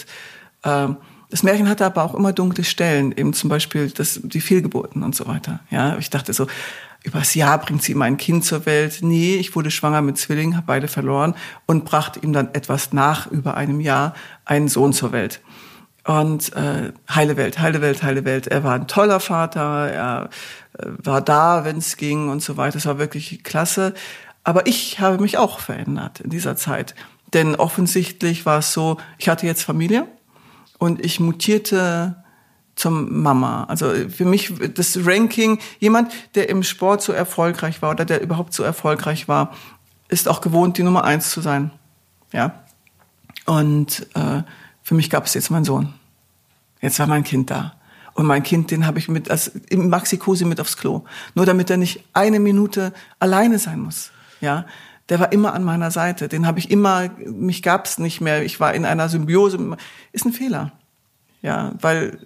Das Märchen hatte aber auch immer dunkle Stellen, eben zum Beispiel die Fehlgeburten und so weiter. Ja, ich dachte so, übers Jahr bringt sie ihm ein Kind zur Welt. Nee, ich wurde schwanger mit Zwillingen, habe beide verloren und brachte ihm dann etwas nach über einem Jahr einen Sohn zur Welt. Und heile Welt. Er war ein toller Vater, er war da, wenn es ging und so weiter. Es war wirklich klasse. Aber ich habe mich auch verändert in dieser Zeit. Denn offensichtlich war es so, ich hatte jetzt Familie und ich mutierte zum Mama. Also für mich das Ranking, jemand, der im Sport so erfolgreich war oder der überhaupt so erfolgreich war, ist auch gewohnt, die Nummer 1 zu sein. Ja. Und für mich gab es jetzt meinen Sohn. Jetzt war mein Kind da. Und mein Kind, den habe ich im Maxi-Cosi mit aufs Klo. Nur damit er nicht 1 Minute alleine sein muss. Ja, der war immer an meiner Seite. Den habe ich immer, mich gab's nicht mehr. Ich war in einer Symbiose. Ist ein Fehler. Ja, weil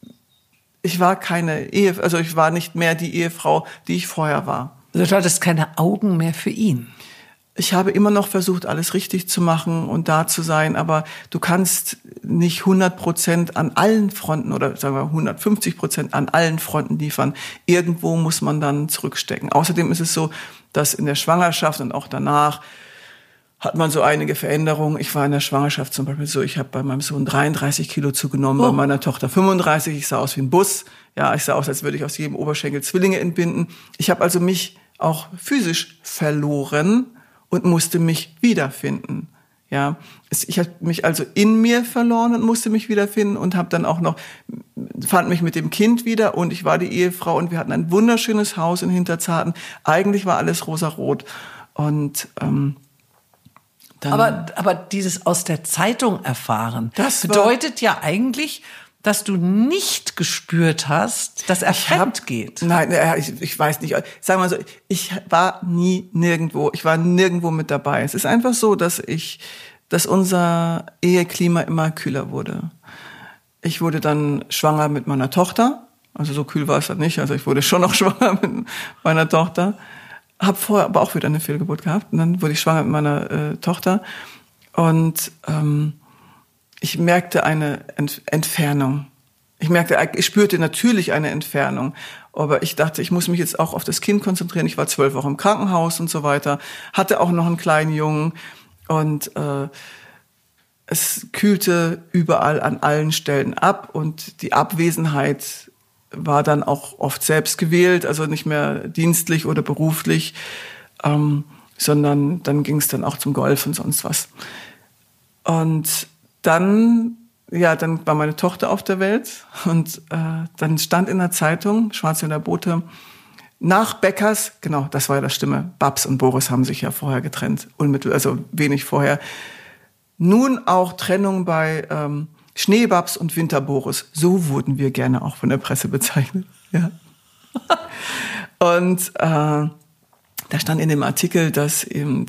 ich war ich war nicht mehr die Ehefrau, die ich vorher war. Also du hattest keine Augen mehr für ihn. Ich habe immer noch versucht, alles richtig zu machen und da zu sein, aber du kannst nicht 100% an allen Fronten oder sagen wir 150% an allen Fronten liefern. Irgendwo muss man dann zurückstecken. Außerdem ist es so, dass in der Schwangerschaft und auch danach hat man so einige Veränderungen. Ich war in der Schwangerschaft zum Beispiel so, ich habe bei meinem Sohn 33 Kilo zugenommen, bei meiner Tochter 35. Ich sah aus wie ein Bus. Ja, ich sah aus, als würde ich aus jedem Oberschenkel Zwillinge entbinden. Ich habe also mich auch physisch verloren und musste mich wiederfinden. Ja, ich habe mich also in mir verloren und musste mich wiederfinden und habe dann auch noch fand mich mit dem Kind wieder und ich war die Ehefrau und wir hatten ein wunderschönes Haus in Hinterzarten. Eigentlich war alles rosarot und dann aber dieses aus der Zeitung erfahren, das bedeutet ja eigentlich, dass du nicht gespürt hast, dass er fremd geht. Nein, ich weiß nicht. Sagen wir mal so, ich war nirgendwo mit dabei. Es ist einfach so, dass unser Eheklima immer kühler wurde. Ich wurde dann schwanger mit meiner Tochter. Also so kühl war es dann nicht. Also ich wurde schon noch schwanger mit meiner Tochter. Habe vorher aber auch wieder eine Fehlgeburt gehabt. Und dann wurde ich schwanger mit meiner Tochter. Und ich merkte eine Entfernung. Ich spürte natürlich eine Entfernung. Aber ich dachte, ich muss mich jetzt auch auf das Kind konzentrieren. Ich war 12 Wochen im Krankenhaus und so weiter. Hatte auch noch einen kleinen Jungen. Und es kühlte überall an allen Stellen ab. Und die Abwesenheit war dann auch oft selbst gewählt. Also nicht mehr dienstlich oder beruflich. Sondern dann ging es dann auch zum Golf und sonst was. Und dann war meine Tochter auf der Welt und dann stand in der Zeitung, Schwarzwälder Bote, nach Beckers, genau, das war ja das Stimme, Babs und Boris haben sich ja vorher getrennt, also wenig vorher. Nun auch Trennung bei Schneebabs und Winterboris. So wurden wir gerne auch von der Presse bezeichnet. Ja. Und da stand in dem Artikel, dass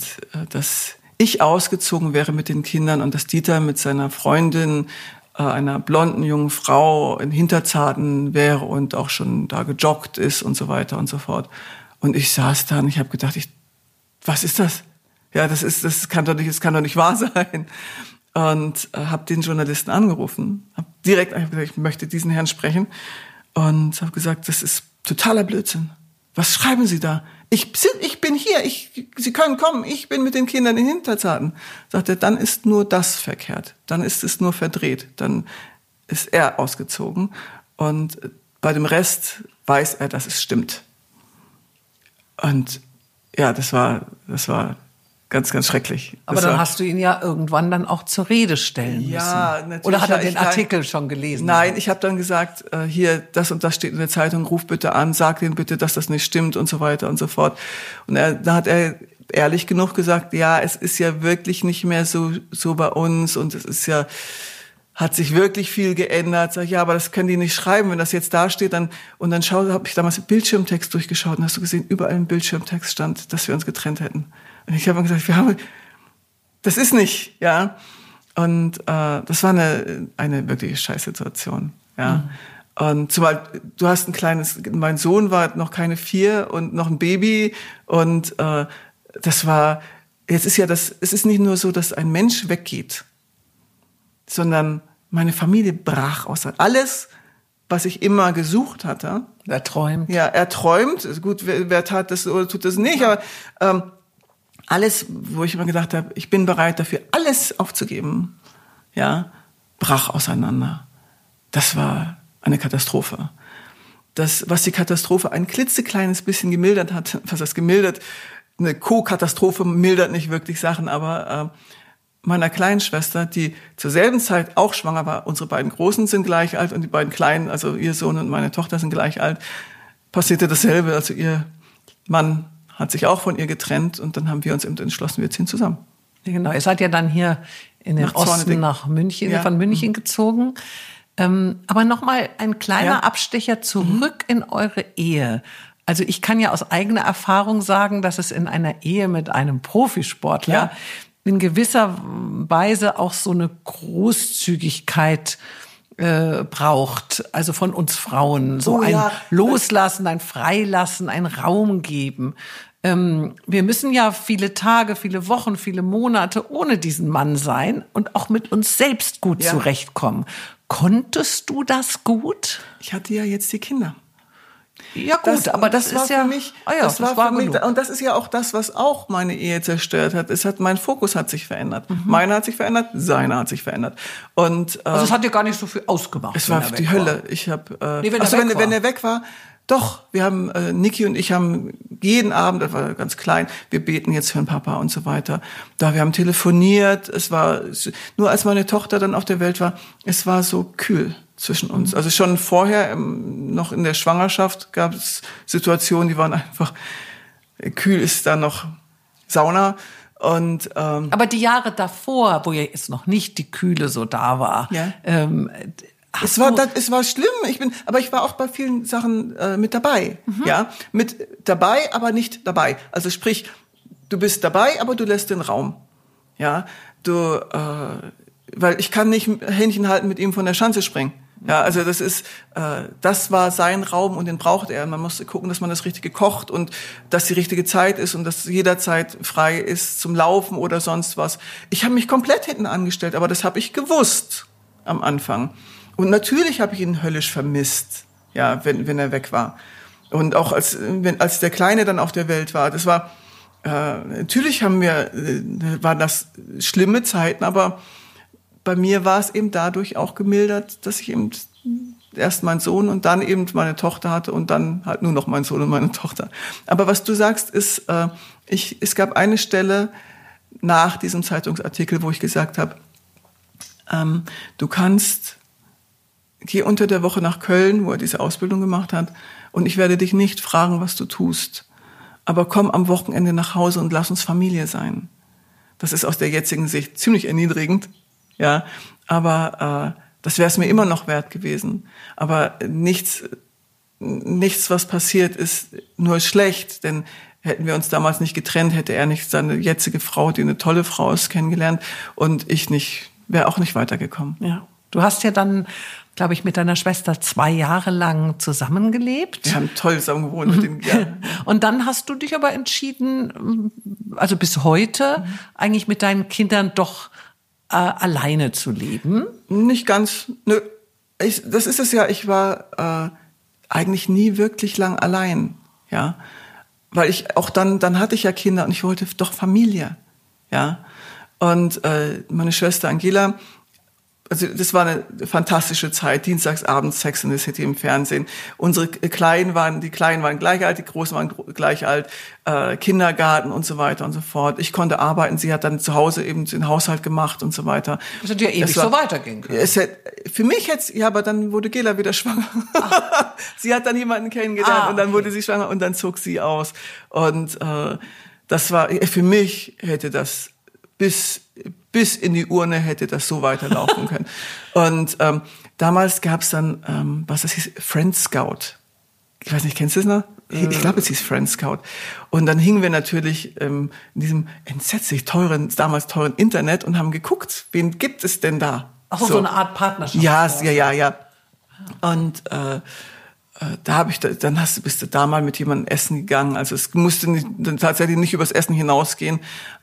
ich ausgezogen wäre mit den Kindern und dass Dieter mit seiner Freundin, einer blonden jungen Frau, in Hinterzarten wäre und auch schon da gejoggt ist und so weiter und so fort. Und ich saß da und ich habe gedacht, was ist das? Ja, das kann doch nicht wahr sein. Und habe den Journalisten angerufen, habe direkt gesagt, ich möchte diesen Herrn sprechen und habe gesagt, das ist totaler Blödsinn. Was schreiben Sie da? Ich bin hier, Sie können kommen, ich bin mit den Kindern in Hinterzarten. Sagt er, dann ist nur das verkehrt, dann ist es nur verdreht, dann ist er ausgezogen und bei dem Rest weiß er, dass es stimmt. Und ja, das war ganz, ganz schrecklich. Aber dann hast du ihn ja irgendwann dann auch zur Rede stellen müssen. Ja, natürlich. Oder hat er den Artikel schon gelesen? Nein, ich habe dann gesagt, hier, das und das steht in der Zeitung, ruf bitte an, sag denen bitte, dass das nicht stimmt und so weiter und so fort. Und da hat er ehrlich genug gesagt, ja, es ist ja wirklich nicht mehr so bei uns und es ist ja, hat sich wirklich viel geändert. Sag ich, ja, aber das können die nicht schreiben, wenn das jetzt da steht. Habe ich damals den Bildschirmtext durchgeschaut und hast du gesehen, überall im Bildschirmtext stand, dass wir uns getrennt hätten. Und ich habe gesagt, das ist nicht, ja. Und das war eine wirkliche Scheißsituation, ja. Mhm. Und zumal du hast mein Sohn war noch keine 4 und noch ein Baby und es ist nicht nur so, dass ein Mensch weggeht, sondern meine Familie brach auseinander. Alles, was ich immer gesucht hatte. Er träumt. Ja, er träumt. Gut, wer tat das oder tut das nicht, aber alles, wo ich immer gedacht habe, ich bin bereit dafür, alles aufzugeben, ja, brach auseinander. Das war eine Katastrophe. Was die Katastrophe ein klitzekleines bisschen gemildert hat, was heißt gemildert? Eine Co-Katastrophe mildert nicht wirklich Sachen, aber meiner kleinen Schwester, die zur selben Zeit auch schwanger war, unsere beiden Großen sind gleich alt und die beiden Kleinen, also ihr Sohn und meine Tochter sind gleich alt, passierte dasselbe. Also ihr Mann hat sich auch von ihr getrennt und dann haben wir uns eben entschlossen, wir ziehen zusammen. Genau, ihr seid ja dann hier in den Osten nach München, ja. Von München gezogen. Aber nochmal ein kleiner Abstecher zurück in eure Ehe. Also ich kann ja aus eigener Erfahrung sagen, dass es in einer Ehe mit einem Profisportler in gewisser Weise auch so eine Großzügigkeit braucht, also von uns Frauen, so ein Loslassen, ein Freilassen, ein Raum geben. Wir müssen ja viele Tage, viele Wochen, viele Monate ohne diesen Mann sein und auch mit uns selbst gut zurechtkommen. Konntest du das gut? Ich hatte ja jetzt die Kinder. Ja gut, aber das ist ja für mich, das war für mich, und das ist ja auch das, was auch meine Ehe zerstört hat. Mein Fokus hat sich verändert. Meiner hat sich verändert, seiner hat sich verändert. Und also es hat dir gar nicht so viel ausgemacht. Es war die Hölle. Ich habe wenn er weg war, doch, wir haben Niki und ich haben jeden Abend, das war ganz klein, wir beten jetzt für den Papa und so weiter. Wir haben telefoniert, es war nur als meine Tochter dann auf der Welt war, es war so kühl zwischen uns. Also schon vorher, noch in der Schwangerschaft, gab es Situationen, die waren einfach, kühl ist dann noch Sauna. Und aber die Jahre davor, wo ja jetzt noch nicht die Kühle so da war, es war schlimm. Aber ich war auch bei vielen Sachen mit dabei. Ja, mit dabei, aber nicht dabei. Also sprich, du bist dabei, aber du lässt den Raum. Ja, weil ich kann nicht Händchen halten mit ihm von der Schanze springen. Ja, also das war sein Raum und den braucht er. Man musste gucken, dass man das Richtige kocht und dass die richtige Zeit ist und dass jederzeit frei ist zum Laufen oder sonst was. Ich habe mich komplett hinten angestellt, aber das habe ich gewusst am Anfang. Und natürlich habe ich ihn höllisch vermisst, ja, wenn er weg war. Und auch als der Kleine dann auf der Welt war, das war natürlich waren das schlimme Zeiten, aber bei mir war es eben dadurch auch gemildert, dass ich eben erst meinen Sohn und dann eben meine Tochter hatte und dann halt nur noch meinen Sohn und meine Tochter. Aber was du sagst, ist, es gab eine Stelle nach diesem Zeitungsartikel, wo ich gesagt habe, geh unter der Woche nach Köln, wo er diese Ausbildung gemacht hat, und ich werde dich nicht fragen, was du tust. Aber komm am Wochenende nach Hause und lass uns Familie sein. Das ist aus der jetzigen Sicht ziemlich erniedrigend. Ja, aber Das wäre es mir immer noch wert gewesen. Aber nichts, was passiert, ist nur schlecht, denn hätten wir uns damals nicht getrennt, hätte er nicht seine jetzige Frau, die eine tolle Frau ist, kennengelernt und ich nicht, wäre auch nicht weitergekommen. Ja. Du hast ja dann, glaube ich, mit deiner Schwester 2 Jahre lang zusammengelebt. Wir haben toll zusammen gewohnt mit den Jahren. Und dann hast du dich aber entschieden, also bis heute, eigentlich mit deinen Kindern doch alleine zu leben. Nicht ganz, nö. Das ist es ja, ich war eigentlich nie wirklich lang allein, ja. Weil ich auch dann hatte ich ja Kinder und ich wollte doch Familie, ja. Und meine Schwester Angela, also das war eine fantastische Zeit, dienstagsabends Sex in the City im Fernsehen. Die Kleinen waren gleich alt, die Großen waren gleich alt, Kindergarten und so weiter und so fort. Ich konnte arbeiten, sie hat dann zu Hause eben den Haushalt gemacht und so weiter. Das hätte ja ewig so weitergehen können. Für mich jetzt, ja, aber dann wurde Gela wieder schwanger. Sie hat dann jemanden kennengelernt und dann wurde sie schwanger und dann zog sie aus. Und das war, für mich hätte das bis in die Urne hätte das so weiterlaufen können. Und damals gab's dann, was das hieß, Friend Scout. Ich weiß nicht, kennst du das noch? Ich glaube, es hieß Friend Scout. Und dann hingen wir natürlich in diesem entsetzlich damals teuren Internet und haben geguckt, wen gibt es denn da? Ach so eine Art Partnerschaft. Ja. Und bist du da mal mit jemandem essen gegangen. Also es musste tatsächlich nicht übers Essen hinausgehen.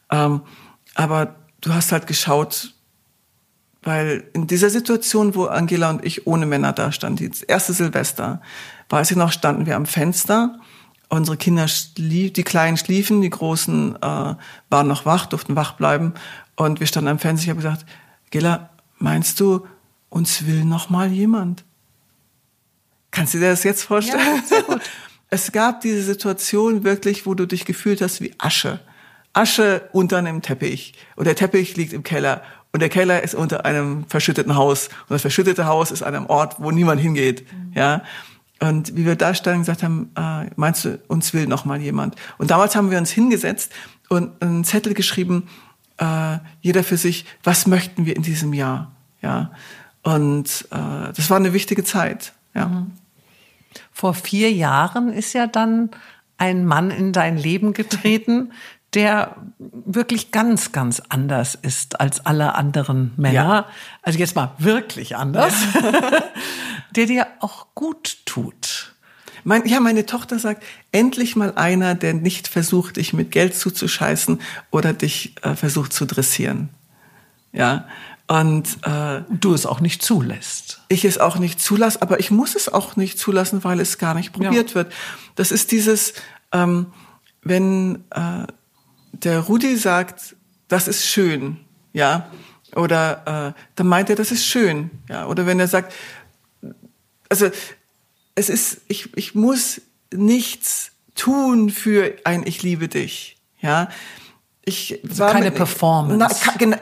Aber du hast halt geschaut, weil in dieser Situation, wo Angela und ich ohne Männer da standen, das erste Silvester, weiß ich noch, standen wir am Fenster. Unsere Kinder die Kleinen schliefen, die Großen waren noch wach, durften wach bleiben. Und wir standen am Fenster. Ich habe gesagt, Angela, meinst du, uns will noch mal jemand? Kannst du dir das jetzt vorstellen? Ja, sehr gut. Es gab diese Situation wirklich, wo du dich gefühlt hast wie Asche. Asche unter einem Teppich. Und der Teppich liegt im Keller. Und der Keller ist unter einem verschütteten Haus. Und das verschüttete Haus ist an einem Ort, wo niemand hingeht. Ja. Und wie wir da standen und gesagt haben, meinst du, uns will noch mal jemand? Und damals haben wir uns hingesetzt und einen Zettel geschrieben, jeder für sich, was möchten wir in diesem Jahr? Ja. Und das war eine wichtige Zeit. Ja. Vor 4 Jahren ist ja dann ein Mann in dein Leben getreten, der wirklich ganz, ganz anders ist als alle anderen Männer. Ja. Also jetzt mal wirklich anders. Ja. Der dir auch gut tut. Meine Tochter sagt, endlich mal einer, der nicht versucht, dich mit Geld zuzuscheißen oder dich versucht zu dressieren. Ja. Und du es auch nicht zulässt. Ich es auch nicht zulasse, aber ich muss es auch nicht zulassen, weil es gar nicht probiert wird. Das ist dieses, wenn der Rudi sagt, das ist schön, ja, oder dann meint er, das ist schön, ja, oder wenn er sagt, also es ist, ich muss nichts tun für ein Ich liebe dich, ja. Also keine Performance.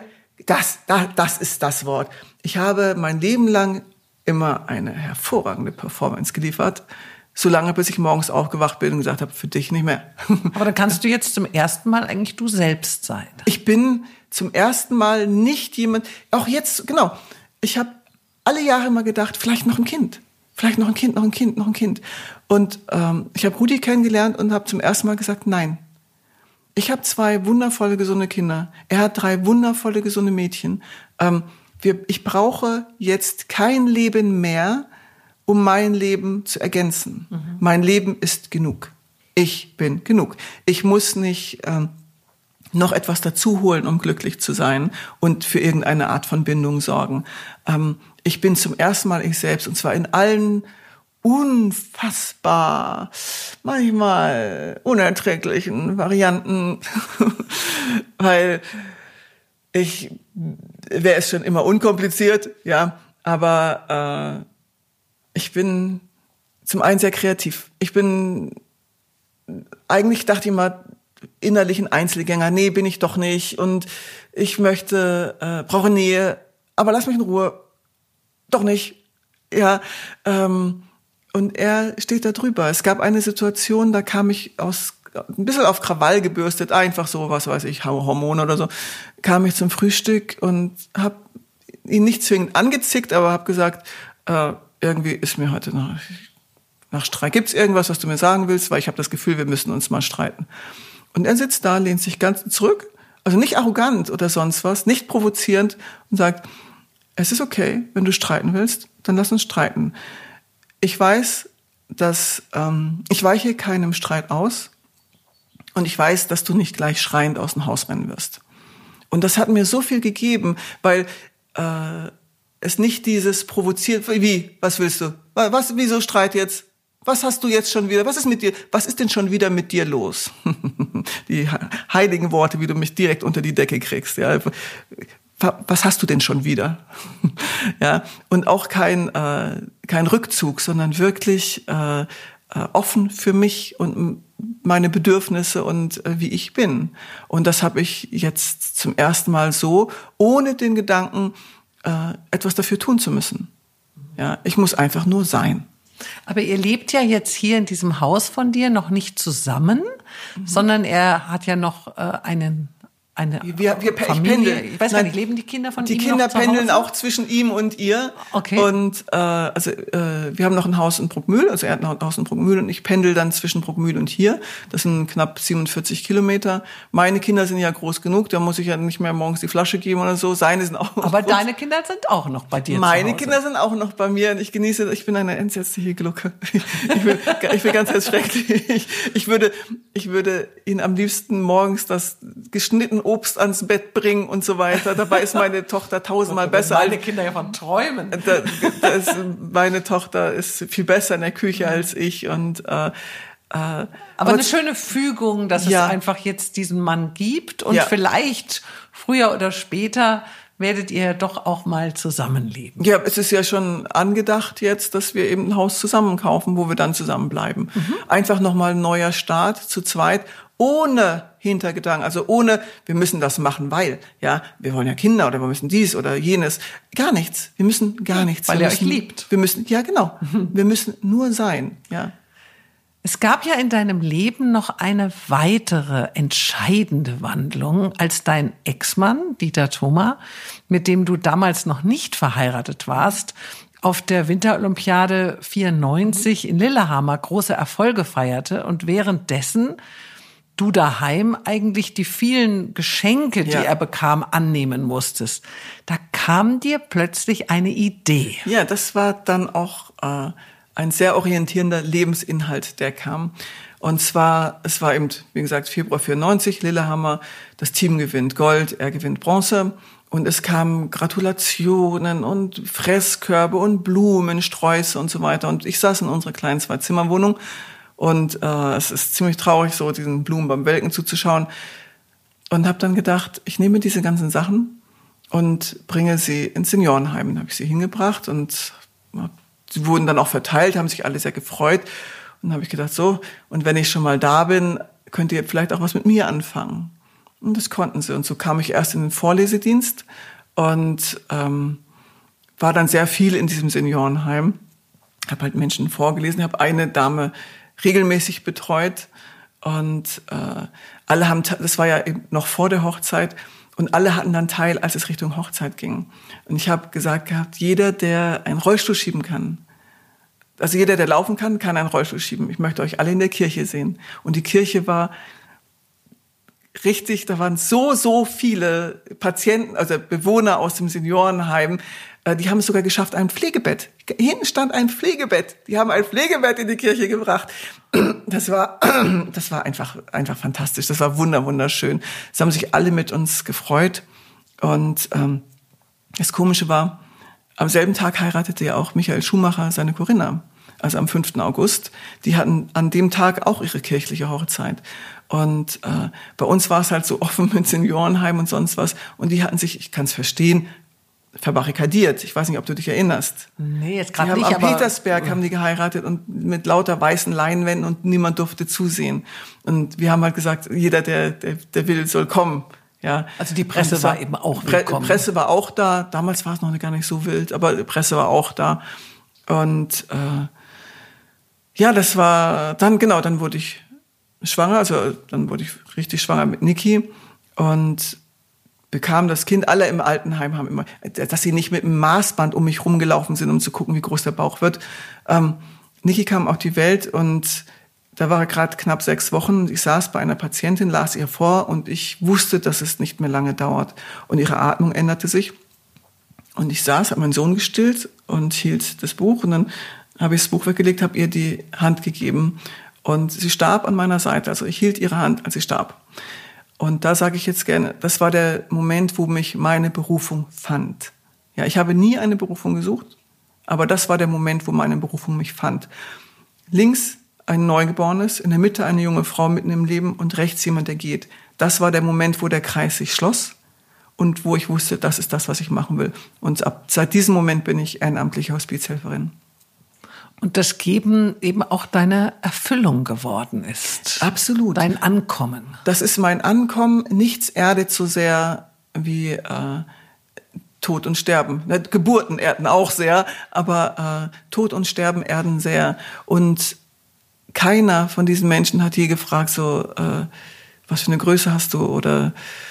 Das ist das Wort. Ich habe mein Leben lang immer eine hervorragende Performance geliefert, solange bis ich morgens aufgewacht bin und gesagt habe, für dich nicht mehr. Aber dann kannst du jetzt zum ersten Mal eigentlich du selbst sein. Ich bin zum ersten Mal nicht jemand, auch jetzt, genau, ich habe alle Jahre immer gedacht, vielleicht noch ein Kind. Vielleicht noch ein Kind, noch ein Kind, noch ein Kind. Und ich habe Rudi kennengelernt und habe zum ersten Mal gesagt, nein. Ich habe 2 wundervolle, gesunde Kinder. Er hat 3 wundervolle, gesunde Mädchen. Ich brauche jetzt kein Leben mehr, um mein Leben zu ergänzen. Mhm. Mein Leben ist genug. Ich bin genug. Ich muss nicht noch etwas dazu holen, um glücklich zu sein und für irgendeine Art von Bindung sorgen. Ich bin zum ersten Mal ich selbst, und zwar in allen unfassbar, manchmal unerträglichen Varianten, weil wäre es schon immer unkompliziert, ja, aber ich bin zum einen sehr kreativ. Eigentlich dachte ich immer, innerlich ein Einzelgänger. Nee, bin ich doch nicht. Und ich brauche Nähe, aber lass mich in Ruhe. Doch nicht. Ja, und er steht da drüber. Es gab eine Situation, da kam ich ein bisschen auf Krawall gebürstet, einfach so, was weiß ich, Hormone oder so, kam ich zum Frühstück und habe ihn nicht zwingend angezickt, aber habe gesagt, irgendwie ist mir heute nach Streit. Gibt's irgendwas, was du mir sagen willst? Weil ich habe das Gefühl, wir müssen uns mal streiten. Und er sitzt da, lehnt sich ganz zurück, also nicht arrogant oder sonst was, nicht provozierend und sagt, es ist okay, wenn du streiten willst, dann lass uns streiten. Ich weiß, dass ich weiche keinem Streit aus und ich weiß, dass du nicht gleich schreiend aus dem Haus rennen wirst. Und das hat mir so viel gegeben, weil es nicht dieses provoziert, wie, was willst du? Wieso Streit jetzt? Was hast du jetzt schon wieder? Was ist mit dir? Was ist denn schon wieder mit dir los? Die heiligen Worte, wie du mich direkt unter die Decke kriegst, ja. Was hast du denn schon wieder? Ja, und auch kein Rückzug, sondern wirklich offen für mich und meine Bedürfnisse und wie ich bin. Und das habe ich jetzt zum ersten Mal so, ohne den Gedanken, etwas dafür tun zu müssen. Ja, ich muss einfach nur sein. Aber ihr lebt ja jetzt hier in diesem Haus von dir noch nicht zusammen, sondern er hat ja noch eine Familie. Ich weiß gar nicht, leben die Kinder von ihm noch zu Hause? Die Kinder pendeln auch zwischen ihm und ihr. Okay. Und wir haben noch ein Haus in Bruckmühl, also er hat noch ein Haus in Bruckmühl und ich pendel dann zwischen Bruckmühl und hier. Das sind knapp 47 Kilometer. Meine Kinder sind ja groß genug, da muss ich ja nicht mehr morgens die Flasche geben oder so. Seine sind auch. Aber deine Kinder sind auch noch bei dir Meine zu Hause. Kinder sind auch noch bei mir und ich genieße, ich bin eine entsetzliche Glucke. Ich bin ganz schrecklich. Ich würde ihn am liebsten morgens das geschnitten Obst ans Bett bringen und so weiter. Dabei ist meine Tochter tausendmal besser. Meine Kinder ja von träumen. Meine Tochter ist viel besser in der Küche als ich und aber eine schöne Fügung, dass es einfach jetzt diesen Mann gibt und vielleicht früher oder später werdet ihr doch auch mal zusammenleben. Ja, es ist ja schon angedacht jetzt, dass wir eben ein Haus zusammen kaufen, wo wir dann zusammenbleiben. Einfach nochmal ein neuer Start zu zweit, ohne Hintergedanken, also ohne, wir müssen das machen, weil, ja, wir wollen ja Kinder oder wir müssen dies oder jenes. Gar nichts. Wir müssen gar nichts. Weil ihr euch liebt. Wir müssen, ja genau. Wir müssen nur sein, ja. Es gab ja in deinem Leben noch eine weitere entscheidende Wandlung, als dein Ex-Mann, Dieter Thoma, mit dem du damals noch nicht verheiratet warst, auf der Winterolympiade 94 in Lillehammer große Erfolge feierte und währenddessen du daheim eigentlich die vielen Geschenke, die er bekam, annehmen musstest. Da kam dir plötzlich eine Idee. Ja, das war dann auch ein sehr orientierender Lebensinhalt, der kam. Und zwar, es war eben, wie gesagt, Februar 94, Lillehammer, das Team gewinnt Gold, er gewinnt Bronze. Und es kamen Gratulationen und Fresskörbe und Blumen, Sträuße und so weiter. Und ich saß in unserer kleinen Zwei-Zimmer-Wohnung und es ist ziemlich traurig, so diesen Blumen beim Welken zuzuschauen. Und habe dann gedacht, ich nehme diese ganzen Sachen und bringe sie ins Seniorenheim. Dann habe ich sie hingebracht und sie wurden dann auch verteilt, haben sich alle sehr gefreut. Und dann habe ich gedacht, so, und wenn ich schon mal da bin, könnt ihr vielleicht auch was mit mir anfangen. Und das konnten sie. Und so kam ich erst in den Vorlesedienst und war dann sehr viel in diesem Seniorenheim. Habe halt Menschen vorgelesen, habe eine Dame regelmäßig betreut und alle haben, das war ja eben noch vor der Hochzeit, und alle hatten dann teil, als es Richtung Hochzeit ging. Und ich habe gesagt gehabt, jeder, der einen Rollstuhl schieben kann, also jeder, der laufen kann, kann einen Rollstuhl schieben. Ich möchte euch alle in der Kirche sehen. Und die Kirche war richtig, da waren so viele Patienten, also Bewohner aus dem Seniorenheim, die haben es sogar geschafft, ein Pflegebett. Hinten stand ein Pflegebett. Die haben ein Pflegebett in die Kirche gebracht. Das war einfach fantastisch. Das war wunderschön. Es haben sich alle mit uns gefreut. Und das Komische war, am selben Tag heiratete ja auch Michael Schumacher seine Corinna. Also am 5. August. Die hatten an dem Tag auch ihre kirchliche Hochzeit. Und bei uns war es halt so offen mit Seniorenheim und sonst was. Und die hatten sich, ich kann es verstehen, verbarrikadiert. Ich weiß nicht, ob du dich erinnerst. Nee, jetzt gerade nicht, am Petersberg haben die geheiratet und mit lauter weißen Leinwänden und niemand durfte zusehen. Und wir haben halt gesagt, jeder, der will, soll kommen. Ja. Also die Presse war eben auch willkommen. Presse war auch da. Damals war es noch gar nicht so wild, aber die Presse war auch da. Und das war dann, genau, dann wurde ich schwanger, also dann wurde ich richtig schwanger mit Niki und bekam das Kind, alle im Altenheim haben immer, dass sie nicht mit einem Maßband um mich rumgelaufen sind, um zu gucken, wie groß der Bauch wird. Niki kam auf die Welt und da war er gerade knapp 6 Wochen. Ich saß bei einer Patientin, las ihr vor und ich wusste, dass es nicht mehr lange dauert. Und ihre Atmung änderte sich. Und ich saß, habe meinen Sohn gestillt und hielt das Buch. Und dann habe ich das Buch weggelegt, habe ihr die Hand gegeben. Und sie starb an meiner Seite. Also ich hielt ihre Hand, als sie starb. Und da sage ich jetzt gerne, das war der Moment, wo mich meine Berufung fand. Ja, ich habe nie eine Berufung gesucht, aber das war der Moment, wo meine Berufung mich fand. Links ein Neugeborenes, in der Mitte eine junge Frau mitten im Leben und rechts jemand, der geht. Das war der Moment, wo der Kreis sich schloss und wo ich wusste, das ist das, was ich machen will. Und seit diesem Moment bin ich ehrenamtliche Hospizhelferin. Und das Geben eben auch deine Erfüllung geworden ist. Absolut. Dein Ankommen. Das ist mein Ankommen. Nichts erdet so sehr wie Tod und Sterben. Geburten erden auch sehr, aber Tod und Sterben erden sehr. Und keiner von diesen Menschen hat je gefragt, so, was für eine Größe hast du? Oder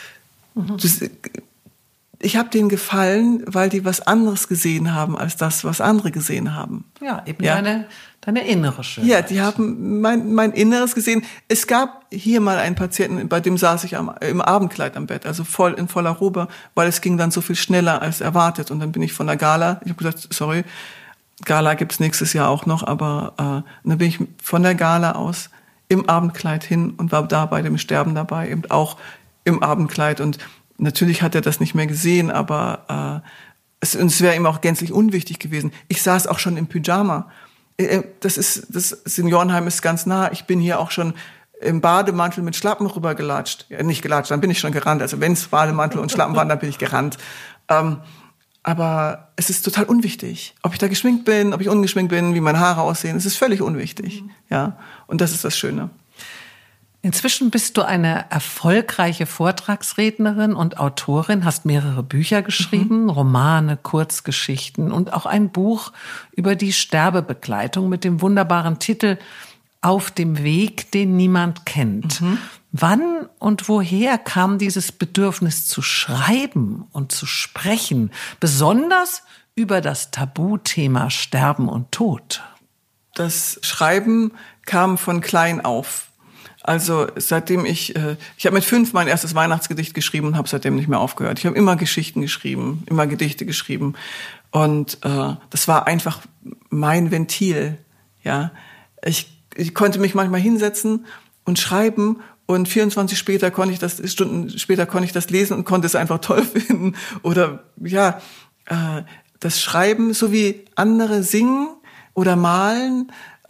ich habe denen gefallen, weil die was anderes gesehen haben als das, was andere gesehen haben. Ja, eben deine innere Schönheit. Ja, die haben mein Inneres gesehen. Es gab hier mal einen Patienten, bei dem saß ich im Abendkleid am Bett, also in voller Robe, weil es ging dann so viel schneller als erwartet. Und dann bin ich von der Gala, ich habe gesagt, sorry, Gala gibt's nächstes Jahr auch noch, aber dann bin ich von der Gala aus im Abendkleid hin und war da bei dem Sterben dabei, eben auch im Abendkleid. Und natürlich hat er das nicht mehr gesehen, aber es wäre ihm auch gänzlich unwichtig gewesen. Ich saß auch schon im Pyjama. Das Seniorenheim ist ganz nah. Ich bin hier auch schon im Bademantel mit Schlappen rübergelatscht. Ja, nicht gelatscht, dann bin ich schon gerannt. Also wenn es Bademantel und Schlappen waren, dann bin ich gerannt. Aber es ist total unwichtig, ob ich da geschminkt bin, ob ich ungeschminkt bin, wie meine Haare aussehen. Es ist völlig unwichtig. Ja, und das ist das Schöne. Inzwischen bist du eine erfolgreiche Vortragsrednerin und Autorin, hast mehrere Bücher geschrieben, Romane, Kurzgeschichten und auch ein Buch über die Sterbebegleitung mit dem wunderbaren Titel Auf dem Weg, den niemand kennt. Wann und woher kam dieses Bedürfnis zu schreiben und zu sprechen, besonders über das Tabuthema Sterben und Tod? Das Schreiben kam von klein auf. Also seitdem ich habe mit 5 mein erstes Weihnachtsgedicht geschrieben und habe seitdem nicht mehr aufgehört. Ich habe immer Geschichten geschrieben, immer Gedichte geschrieben und das war einfach mein Ventil. Ja, ich konnte mich manchmal hinsetzen und schreiben und 24 Stunden später konnte ich das lesen und konnte es einfach toll finden. Oder ja, das Schreiben, so wie andere singen oder malen,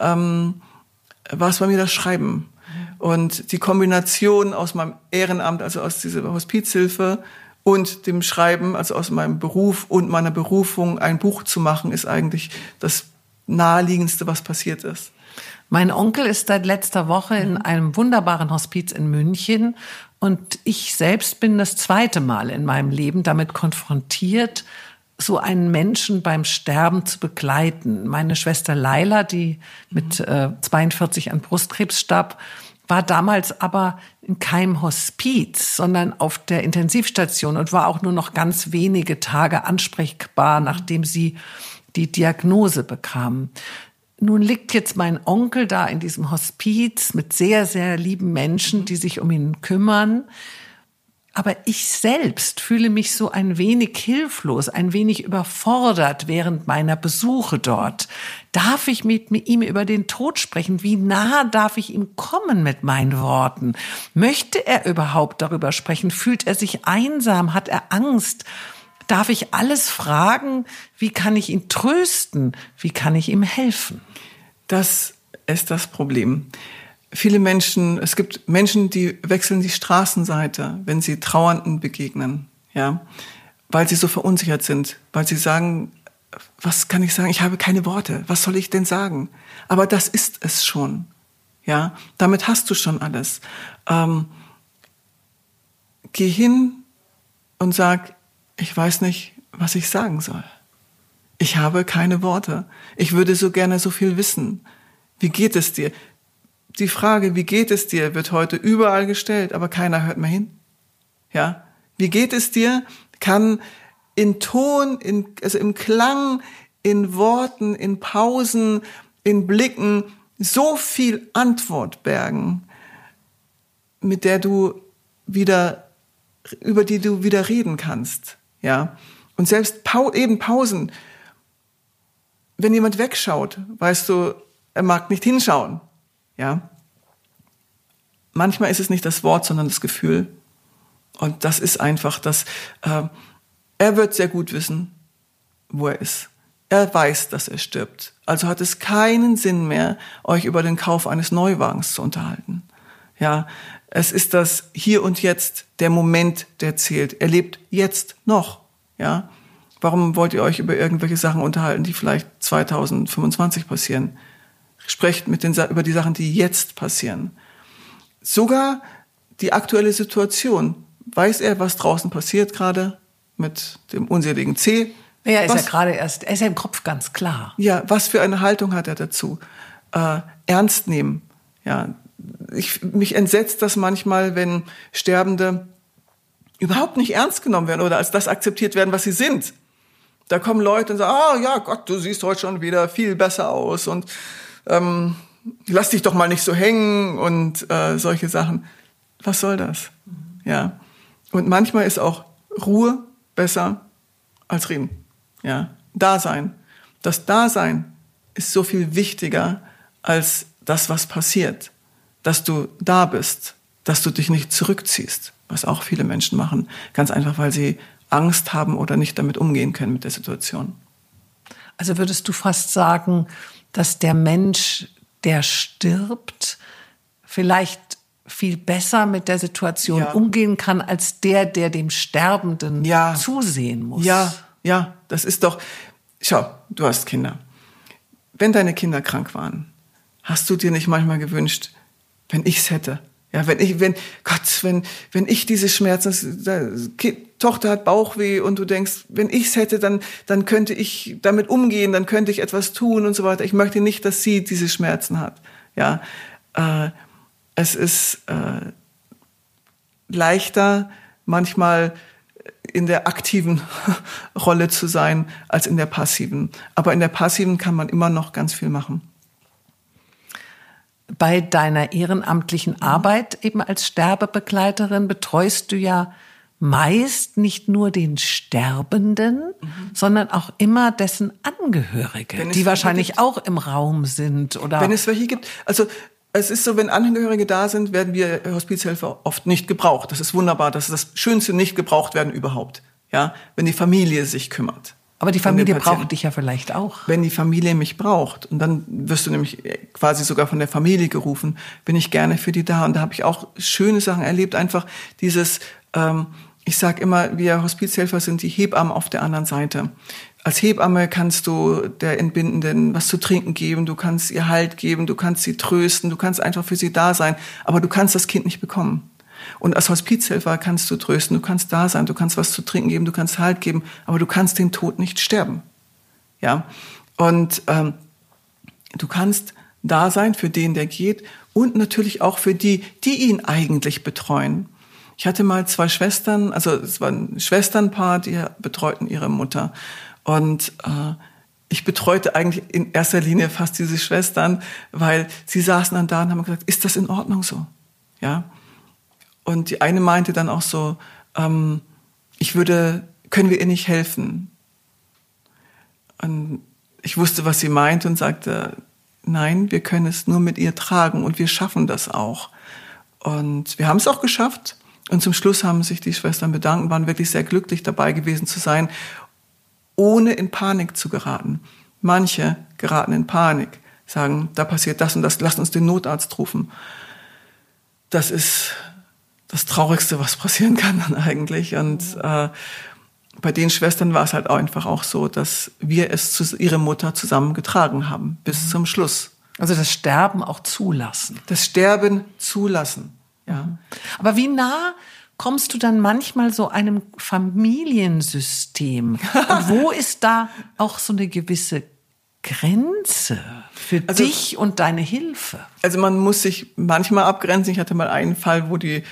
war es bei mir das Schreiben. Und die Kombination aus meinem Ehrenamt, also aus dieser Hospizhilfe und dem Schreiben, also aus meinem Beruf und meiner Berufung, ein Buch zu machen, ist eigentlich das Naheliegendste, was passiert ist. Mein Onkel ist seit letzter Woche in einem wunderbaren Hospiz in München und ich selbst bin das 2. Mal in meinem Leben damit konfrontiert, so einen Menschen beim Sterben zu begleiten. Meine Schwester Laila, die mit 42 an Brustkrebs starb, war damals aber in keinem Hospiz, sondern auf der Intensivstation und war auch nur noch ganz wenige Tage ansprechbar, nachdem sie die Diagnose bekam. Nun liegt jetzt mein Onkel da in diesem Hospiz mit sehr, sehr lieben Menschen, die sich um ihn kümmern. Aber ich selbst fühle mich so ein wenig hilflos, ein wenig überfordert während meiner Besuche dort. Darf ich mit ihm über den Tod sprechen? Wie nah darf ich ihm kommen mit meinen Worten? Möchte er überhaupt darüber sprechen? Fühlt er sich einsam? Hat er Angst? Darf ich alles fragen? Wie kann ich ihn trösten? Wie kann ich ihm helfen? Das ist das Problem. Es gibt Menschen, die wechseln die Straßenseite, wenn sie Trauernden begegnen, ja, weil sie so verunsichert sind, weil sie sagen, was kann ich sagen? Ich habe keine Worte. Was soll ich denn sagen? Aber das ist es schon, ja. Damit hast du schon alles. Geh hin und sag, ich weiß nicht, was ich sagen soll. Ich habe keine Worte. Ich würde so gerne so viel wissen. Wie geht es dir? Die Frage, wie geht es dir, wird heute überall gestellt, aber keiner hört mehr hin. Ja, Wie geht es dir? Kann in Ton, also im Klang, in Worten, in Pausen, in Blicken so viel Antwort bergen, über die du wieder reden kannst, ja. Und selbst eben Pausen, wenn jemand wegschaut, weißt du, er mag nicht hinschauen, ja. Manchmal ist es nicht das Wort, sondern das Gefühl. Und das ist einfach er wird sehr gut wissen, wo er ist. Er weiß, dass er stirbt. Also hat es keinen Sinn mehr, euch über den Kauf eines Neuwagens zu unterhalten. Ja, es ist das Hier und Jetzt, der Moment, der zählt. Er lebt jetzt noch. Ja, warum wollt ihr euch über irgendwelche Sachen unterhalten, die vielleicht 2025 passieren? Sprecht über die Sachen, die jetzt passieren. Sogar die aktuelle Situation. Weiß er, was draußen passiert gerade mit dem unseligen C? Ja, er ist ja im Kopf ganz klar. Ja, was für eine Haltung hat er dazu? Ernst nehmen. Ja, mich entsetzt das manchmal, wenn Sterbende überhaupt nicht ernst genommen werden oder als das akzeptiert werden, was sie sind. Da kommen Leute und sagen, ja Gott, du siehst heute schon wieder viel besser aus und lass dich doch mal nicht so hängen und solche Sachen. Was soll das? Ja. Und manchmal ist auch Ruhe besser als reden. Ja. Dasein. Das Dasein ist so viel wichtiger als das, was passiert. Dass du da bist, dass du dich nicht zurückziehst, was auch viele Menschen machen. Ganz einfach, weil sie Angst haben oder nicht damit umgehen können mit der Situation. Also würdest du fast sagen, dass der Mensch, der stirbt, vielleicht viel besser mit der Situation umgehen kann, als der dem Sterbenden zusehen muss? Ja, das ist doch... Schau, du hast Kinder. Wenn deine Kinder krank waren, hast du dir nicht manchmal gewünscht, wenn ich's hätte? Ja, wenn ich diese Schmerzen, Tochter hat Bauchweh und du denkst, wenn ich's hätte, dann könnte ich damit umgehen, dann könnte ich etwas tun und so weiter. Ich möchte nicht, dass sie diese Schmerzen hat. Ja, es ist leichter, manchmal in der aktiven Rolle zu sein, als in der passiven. Aber in der passiven kann man immer noch ganz viel machen. Bei deiner ehrenamtlichen Arbeit eben als Sterbebegleiterin betreust du ja meist nicht nur den Sterbenden, sondern auch immer dessen Angehörige, die wahrscheinlich auch im Raum sind. Oder wenn es welche gibt. Also es ist so, wenn Angehörige da sind, werden wir Hospizhelfer oft nicht gebraucht. Das ist wunderbar. Das ist das Schönste, nicht gebraucht werden überhaupt. Ja, wenn die Familie sich kümmert. Aber die Familie braucht dich ja vielleicht auch. Wenn die Familie mich braucht, und dann wirst du nämlich quasi sogar von der Familie gerufen, bin ich gerne für die da. Und da habe ich auch schöne Sachen erlebt. Einfach dieses, ich sage immer, wir Hospizhelfer sind die Hebammen auf der anderen Seite. Als Hebamme kannst du der Entbindenden was zu trinken geben, du kannst ihr Halt geben, du kannst sie trösten, du kannst einfach für sie da sein, aber du kannst das Kind nicht bekommen. Und als Hospizhelfer kannst du trösten, du kannst da sein, du kannst was zu trinken geben, du kannst Halt geben, aber du kannst den Tod nicht sterben. Ja, und du kannst da sein für den, der geht, und natürlich auch für die, die ihn eigentlich betreuen. Ich hatte mal 2 Schwestern, also es war ein Schwesternpaar, die betreuten ihre Mutter. Und ich betreute eigentlich in erster Linie fast diese Schwestern, weil sie saßen dann da und haben gesagt, ist das in Ordnung so? Ja. Und die eine meinte dann auch so, können wir ihr nicht helfen? Und ich wusste, was sie meinte und sagte, nein, wir können es nur mit ihr tragen und wir schaffen das auch. Und wir haben es auch geschafft. Und zum Schluss haben sich die Schwestern bedankt, waren wirklich sehr glücklich dabei gewesen zu sein, ohne in Panik zu geraten. Manche geraten in Panik, sagen, da passiert das und das, lasst uns den Notarzt rufen. Das ist das Traurigste, was passieren kann dann eigentlich. Und bei den Schwestern war es halt auch einfach auch so, dass wir es zu ihrer Mutter zusammengetragen haben, bis zum Schluss. Also das Sterben auch zulassen. Das Sterben zulassen, ja. Aber wie nah kommst du dann manchmal so einem Familiensystem? Und wo ist da auch so eine gewisse Grenze für dich und deine Hilfe? Also man muss sich manchmal abgrenzen. Ich hatte mal einen Fall, wo die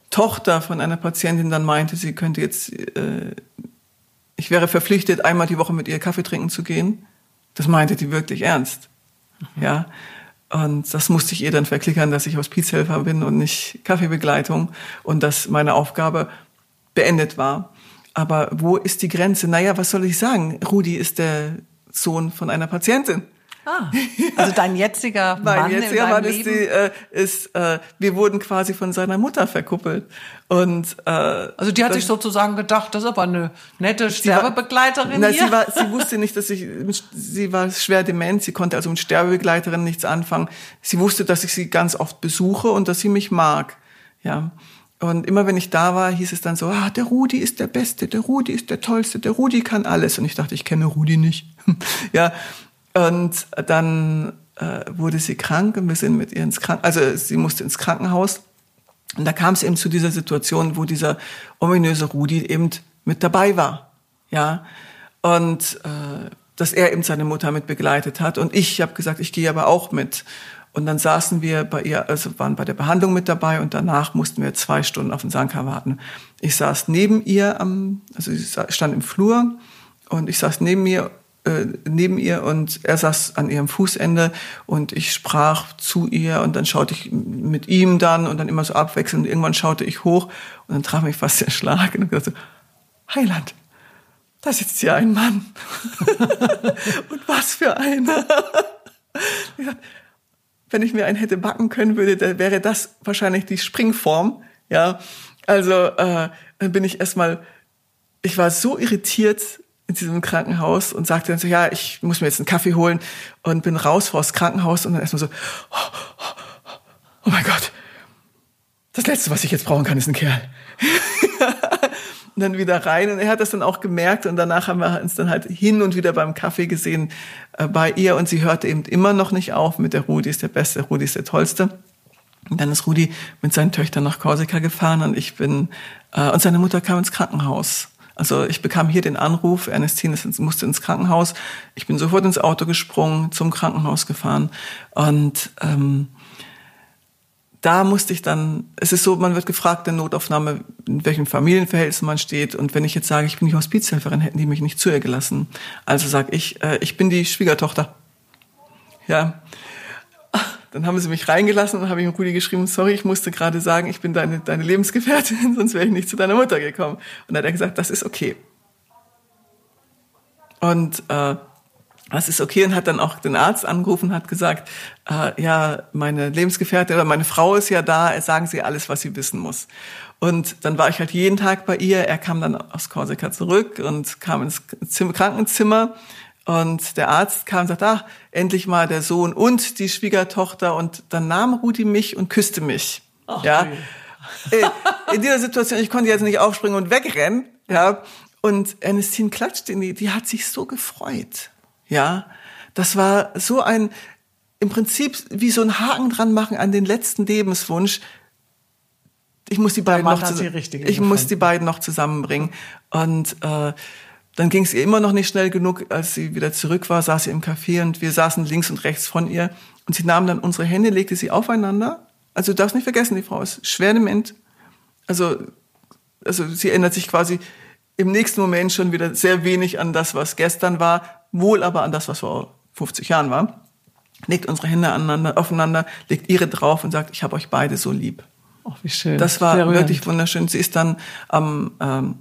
Tochter von einer Patientin dann meinte, sie könnte jetzt, ich wäre verpflichtet, einmal die Woche mit ihr Kaffee trinken zu gehen. Das meinte die wirklich ernst. Ja. Und das musste ich ihr dann verklickern, dass ich Hospizhelfer bin und nicht Kaffeebegleitung und dass meine Aufgabe beendet war. Aber wo ist die Grenze? Naja, was soll ich sagen? Rudi ist der Sohn von einer Patientin. Also dein jetziger Mann in deinem Leben? Wir wurden quasi von seiner Mutter verkuppelt. Und also die hat sich sozusagen gedacht, das ist aber eine nette Sterbebegleiterin hier. Sie wusste nicht, sie war schwer dement, sie konnte also mit Sterbebegleiterin nichts anfangen. Sie wusste, dass ich sie ganz oft besuche und dass sie mich mag. Ja. Und immer wenn ich da war, hieß es dann so, der Rudi ist der Beste, der Rudi ist der Tollste, der Rudi kann alles. Und ich dachte, ich kenne Rudi nicht. Ja. Und dann wurde sie krank und wir sind mit ihr sie musste ins Krankenhaus. Und da kam es eben zu dieser Situation, wo dieser ominöse Rudi eben mit dabei war. Ja. Und dass er eben seine Mutter mit begleitet hat. Und ich habe gesagt, ich gehe aber auch mit. Und dann saßen wir bei ihr, also waren bei der Behandlung mit dabei und danach mussten wir 2 Stunden auf den Sanka warten. Ich saß neben ihr sie stand im Flur und ich saß neben ihr und er saß an ihrem Fußende und ich sprach zu ihr und dann schaute ich mit ihm dann und dann immer so abwechselnd und irgendwann schaute ich hoch und dann traf mich fast der Schlag und ich dachte, Heiland, da sitzt hier ein Mann. Und was für einer. Wenn ich mir einen hätte backen können würde, dann wäre das wahrscheinlich die Springform. Ja, also dann bin ich ich war so irritiert in diesem Krankenhaus und sagte dann so, ja, ich muss mir jetzt einen Kaffee holen und bin raus vor das Krankenhaus und dann erstmal so, oh mein Gott, das Letzte, was ich jetzt brauchen kann, ist ein Kerl. Und dann wieder rein und er hat das dann auch gemerkt und danach haben wir uns dann halt hin und wieder beim Kaffee gesehen bei ihr und sie hörte eben immer noch nicht auf mit der Rudi ist der Beste, Rudi ist der Tollste. Und dann ist Rudi mit seinen Töchtern nach Korsika gefahren und und seine Mutter kam ins Krankenhaus. Also ich bekam hier den Anruf, Ernestin musste ins Krankenhaus. Ich bin sofort ins Auto gesprungen, zum Krankenhaus gefahren. Und da musste ich dann, es ist so, man wird gefragt in Notaufnahme, in welchem Familienverhältnis man steht. Und wenn ich jetzt sage, ich bin die Hospizhelferin, hätten die mich nicht zu ihr gelassen. Also sage ich, ich bin die Schwiegertochter. Ja. Dann haben sie mich reingelassen und habe ich mit Rudi geschrieben, sorry, ich musste gerade sagen, ich bin deine Lebensgefährtin, sonst wäre ich nicht zu deiner Mutter gekommen. Und dann hat er gesagt, das ist okay. Und das ist okay und hat dann auch den Arzt angerufen und hat gesagt, ja, meine Lebensgefährtin oder meine Frau ist ja da, sagen Sie alles, was sie wissen muss. Und dann war ich halt jeden Tag bei ihr. Er kam dann aus Korsika zurück und kam ins Krankenzimmer. Und der Arzt kam und sagte, endlich mal der Sohn und die Schwiegertochter. Und dann nahm Rudi mich und küsste mich. Ach, ja. In dieser Situation, ich konnte jetzt nicht aufspringen und wegrennen. Ja. Und Ernestin klatschte die hat sich so gefreut. Ja. Das war so im Prinzip wie so ein Haken dran machen an den letzten Lebenswunsch. Ich muss die beiden noch zusammenbringen. Und dann ging es ihr immer noch nicht schnell genug. Als sie wieder zurück war, saß sie im Café und wir saßen links und rechts von ihr. Und sie nahm dann unsere Hände, legte sie aufeinander. Also du darfst nicht vergessen, die Frau ist schwer dement. Also sie ändert sich quasi im nächsten Moment schon wieder sehr wenig an das, was gestern war, wohl aber an das, was vor 50 Jahren war. Legt unsere Hände aufeinander, legt ihre drauf und sagt, ich habe euch beide so lieb. Ach, wie schön. Das war wirklich wunderschön. Sie ist dann am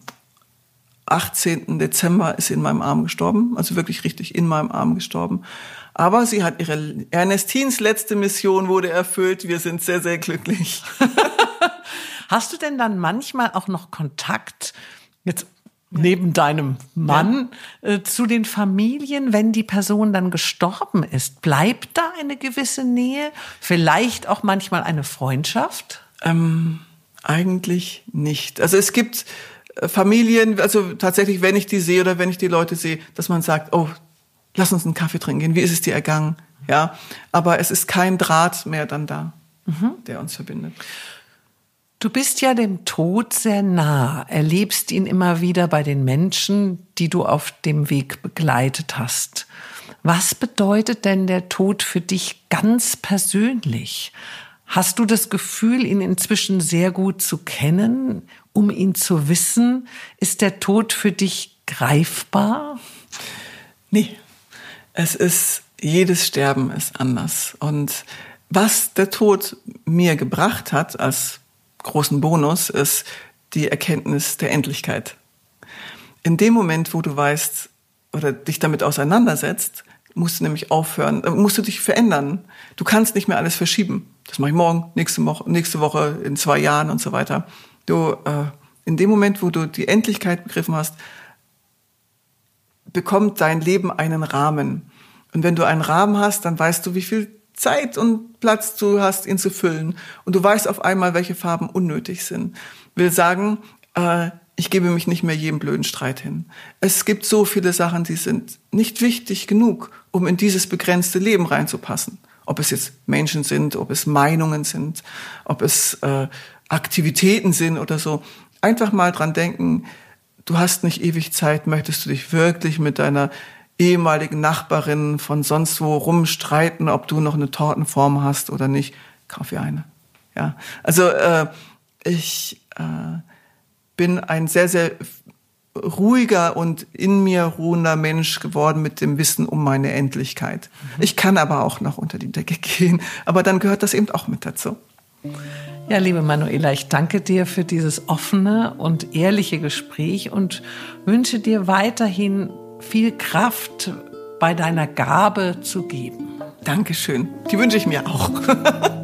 18. Dezember ist sie in meinem Arm gestorben, also wirklich richtig in meinem Arm gestorben. Aber sie hat Ernestins letzte Mission wurde erfüllt. Wir sind sehr, sehr glücklich. Hast du denn dann manchmal auch noch Kontakt, jetzt neben deinem Mann, zu den Familien, wenn die Person dann gestorben ist? Bleibt da eine gewisse Nähe? Vielleicht auch manchmal eine Freundschaft? Eigentlich nicht. Also es gibt Familien, also tatsächlich, wenn ich die sehe oder wenn ich die Leute sehe, dass man sagt, oh, lass uns einen Kaffee trinken gehen, wie ist es dir ergangen? Ja, aber es ist kein Draht mehr dann da, der uns verbindet. Du bist ja dem Tod sehr nah, erlebst ihn immer wieder bei den Menschen, die du auf dem Weg begleitet hast. Was bedeutet denn der Tod für dich ganz persönlich? Hast du das Gefühl, ihn inzwischen sehr gut zu kennen, um ihn zu wissen? Ist der Tod für dich greifbar? Nee, jedes Sterben ist anders. Und was der Tod mir gebracht hat als großen Bonus, ist die Erkenntnis der Endlichkeit. In dem Moment, wo du weißt oder dich damit auseinandersetzt, musst du nämlich aufhören, musst du dich verändern. Du kannst nicht mehr alles verschieben. Das mache ich morgen, nächste Woche, in 2 Jahren und so weiter. In dem Moment, wo du die Endlichkeit begriffen hast, bekommt dein Leben einen Rahmen. Und wenn du einen Rahmen hast, dann weißt du, wie viel Zeit und Platz du hast, ihn zu füllen. Und du weißt auf einmal, welche Farben unnötig sind. Will sagen, ich gebe mich nicht mehr jedem blöden Streit hin. Es gibt so viele Sachen, die sind nicht wichtig genug, um in dieses begrenzte Leben reinzupassen. Ob es jetzt Menschen sind, ob es Meinungen sind, ob es Aktivitäten sind oder so. Einfach mal dran denken, du hast nicht ewig Zeit, möchtest du dich wirklich mit deiner ehemaligen Nachbarin von sonst wo rumstreiten, ob du noch eine Tortenform hast oder nicht, kauf ihr eine. Ja, also ich bin ein sehr, sehr ruhiger und in mir ruhender Mensch geworden mit dem Wissen um meine Endlichkeit. Ich kann aber auch noch unter die Decke gehen, aber dann gehört das eben auch mit dazu. Ja, liebe Manuela, ich danke dir für dieses offene und ehrliche Gespräch und wünsche dir weiterhin viel Kraft bei deiner Gabe zu geben. Dankeschön. Die wünsche ich mir auch.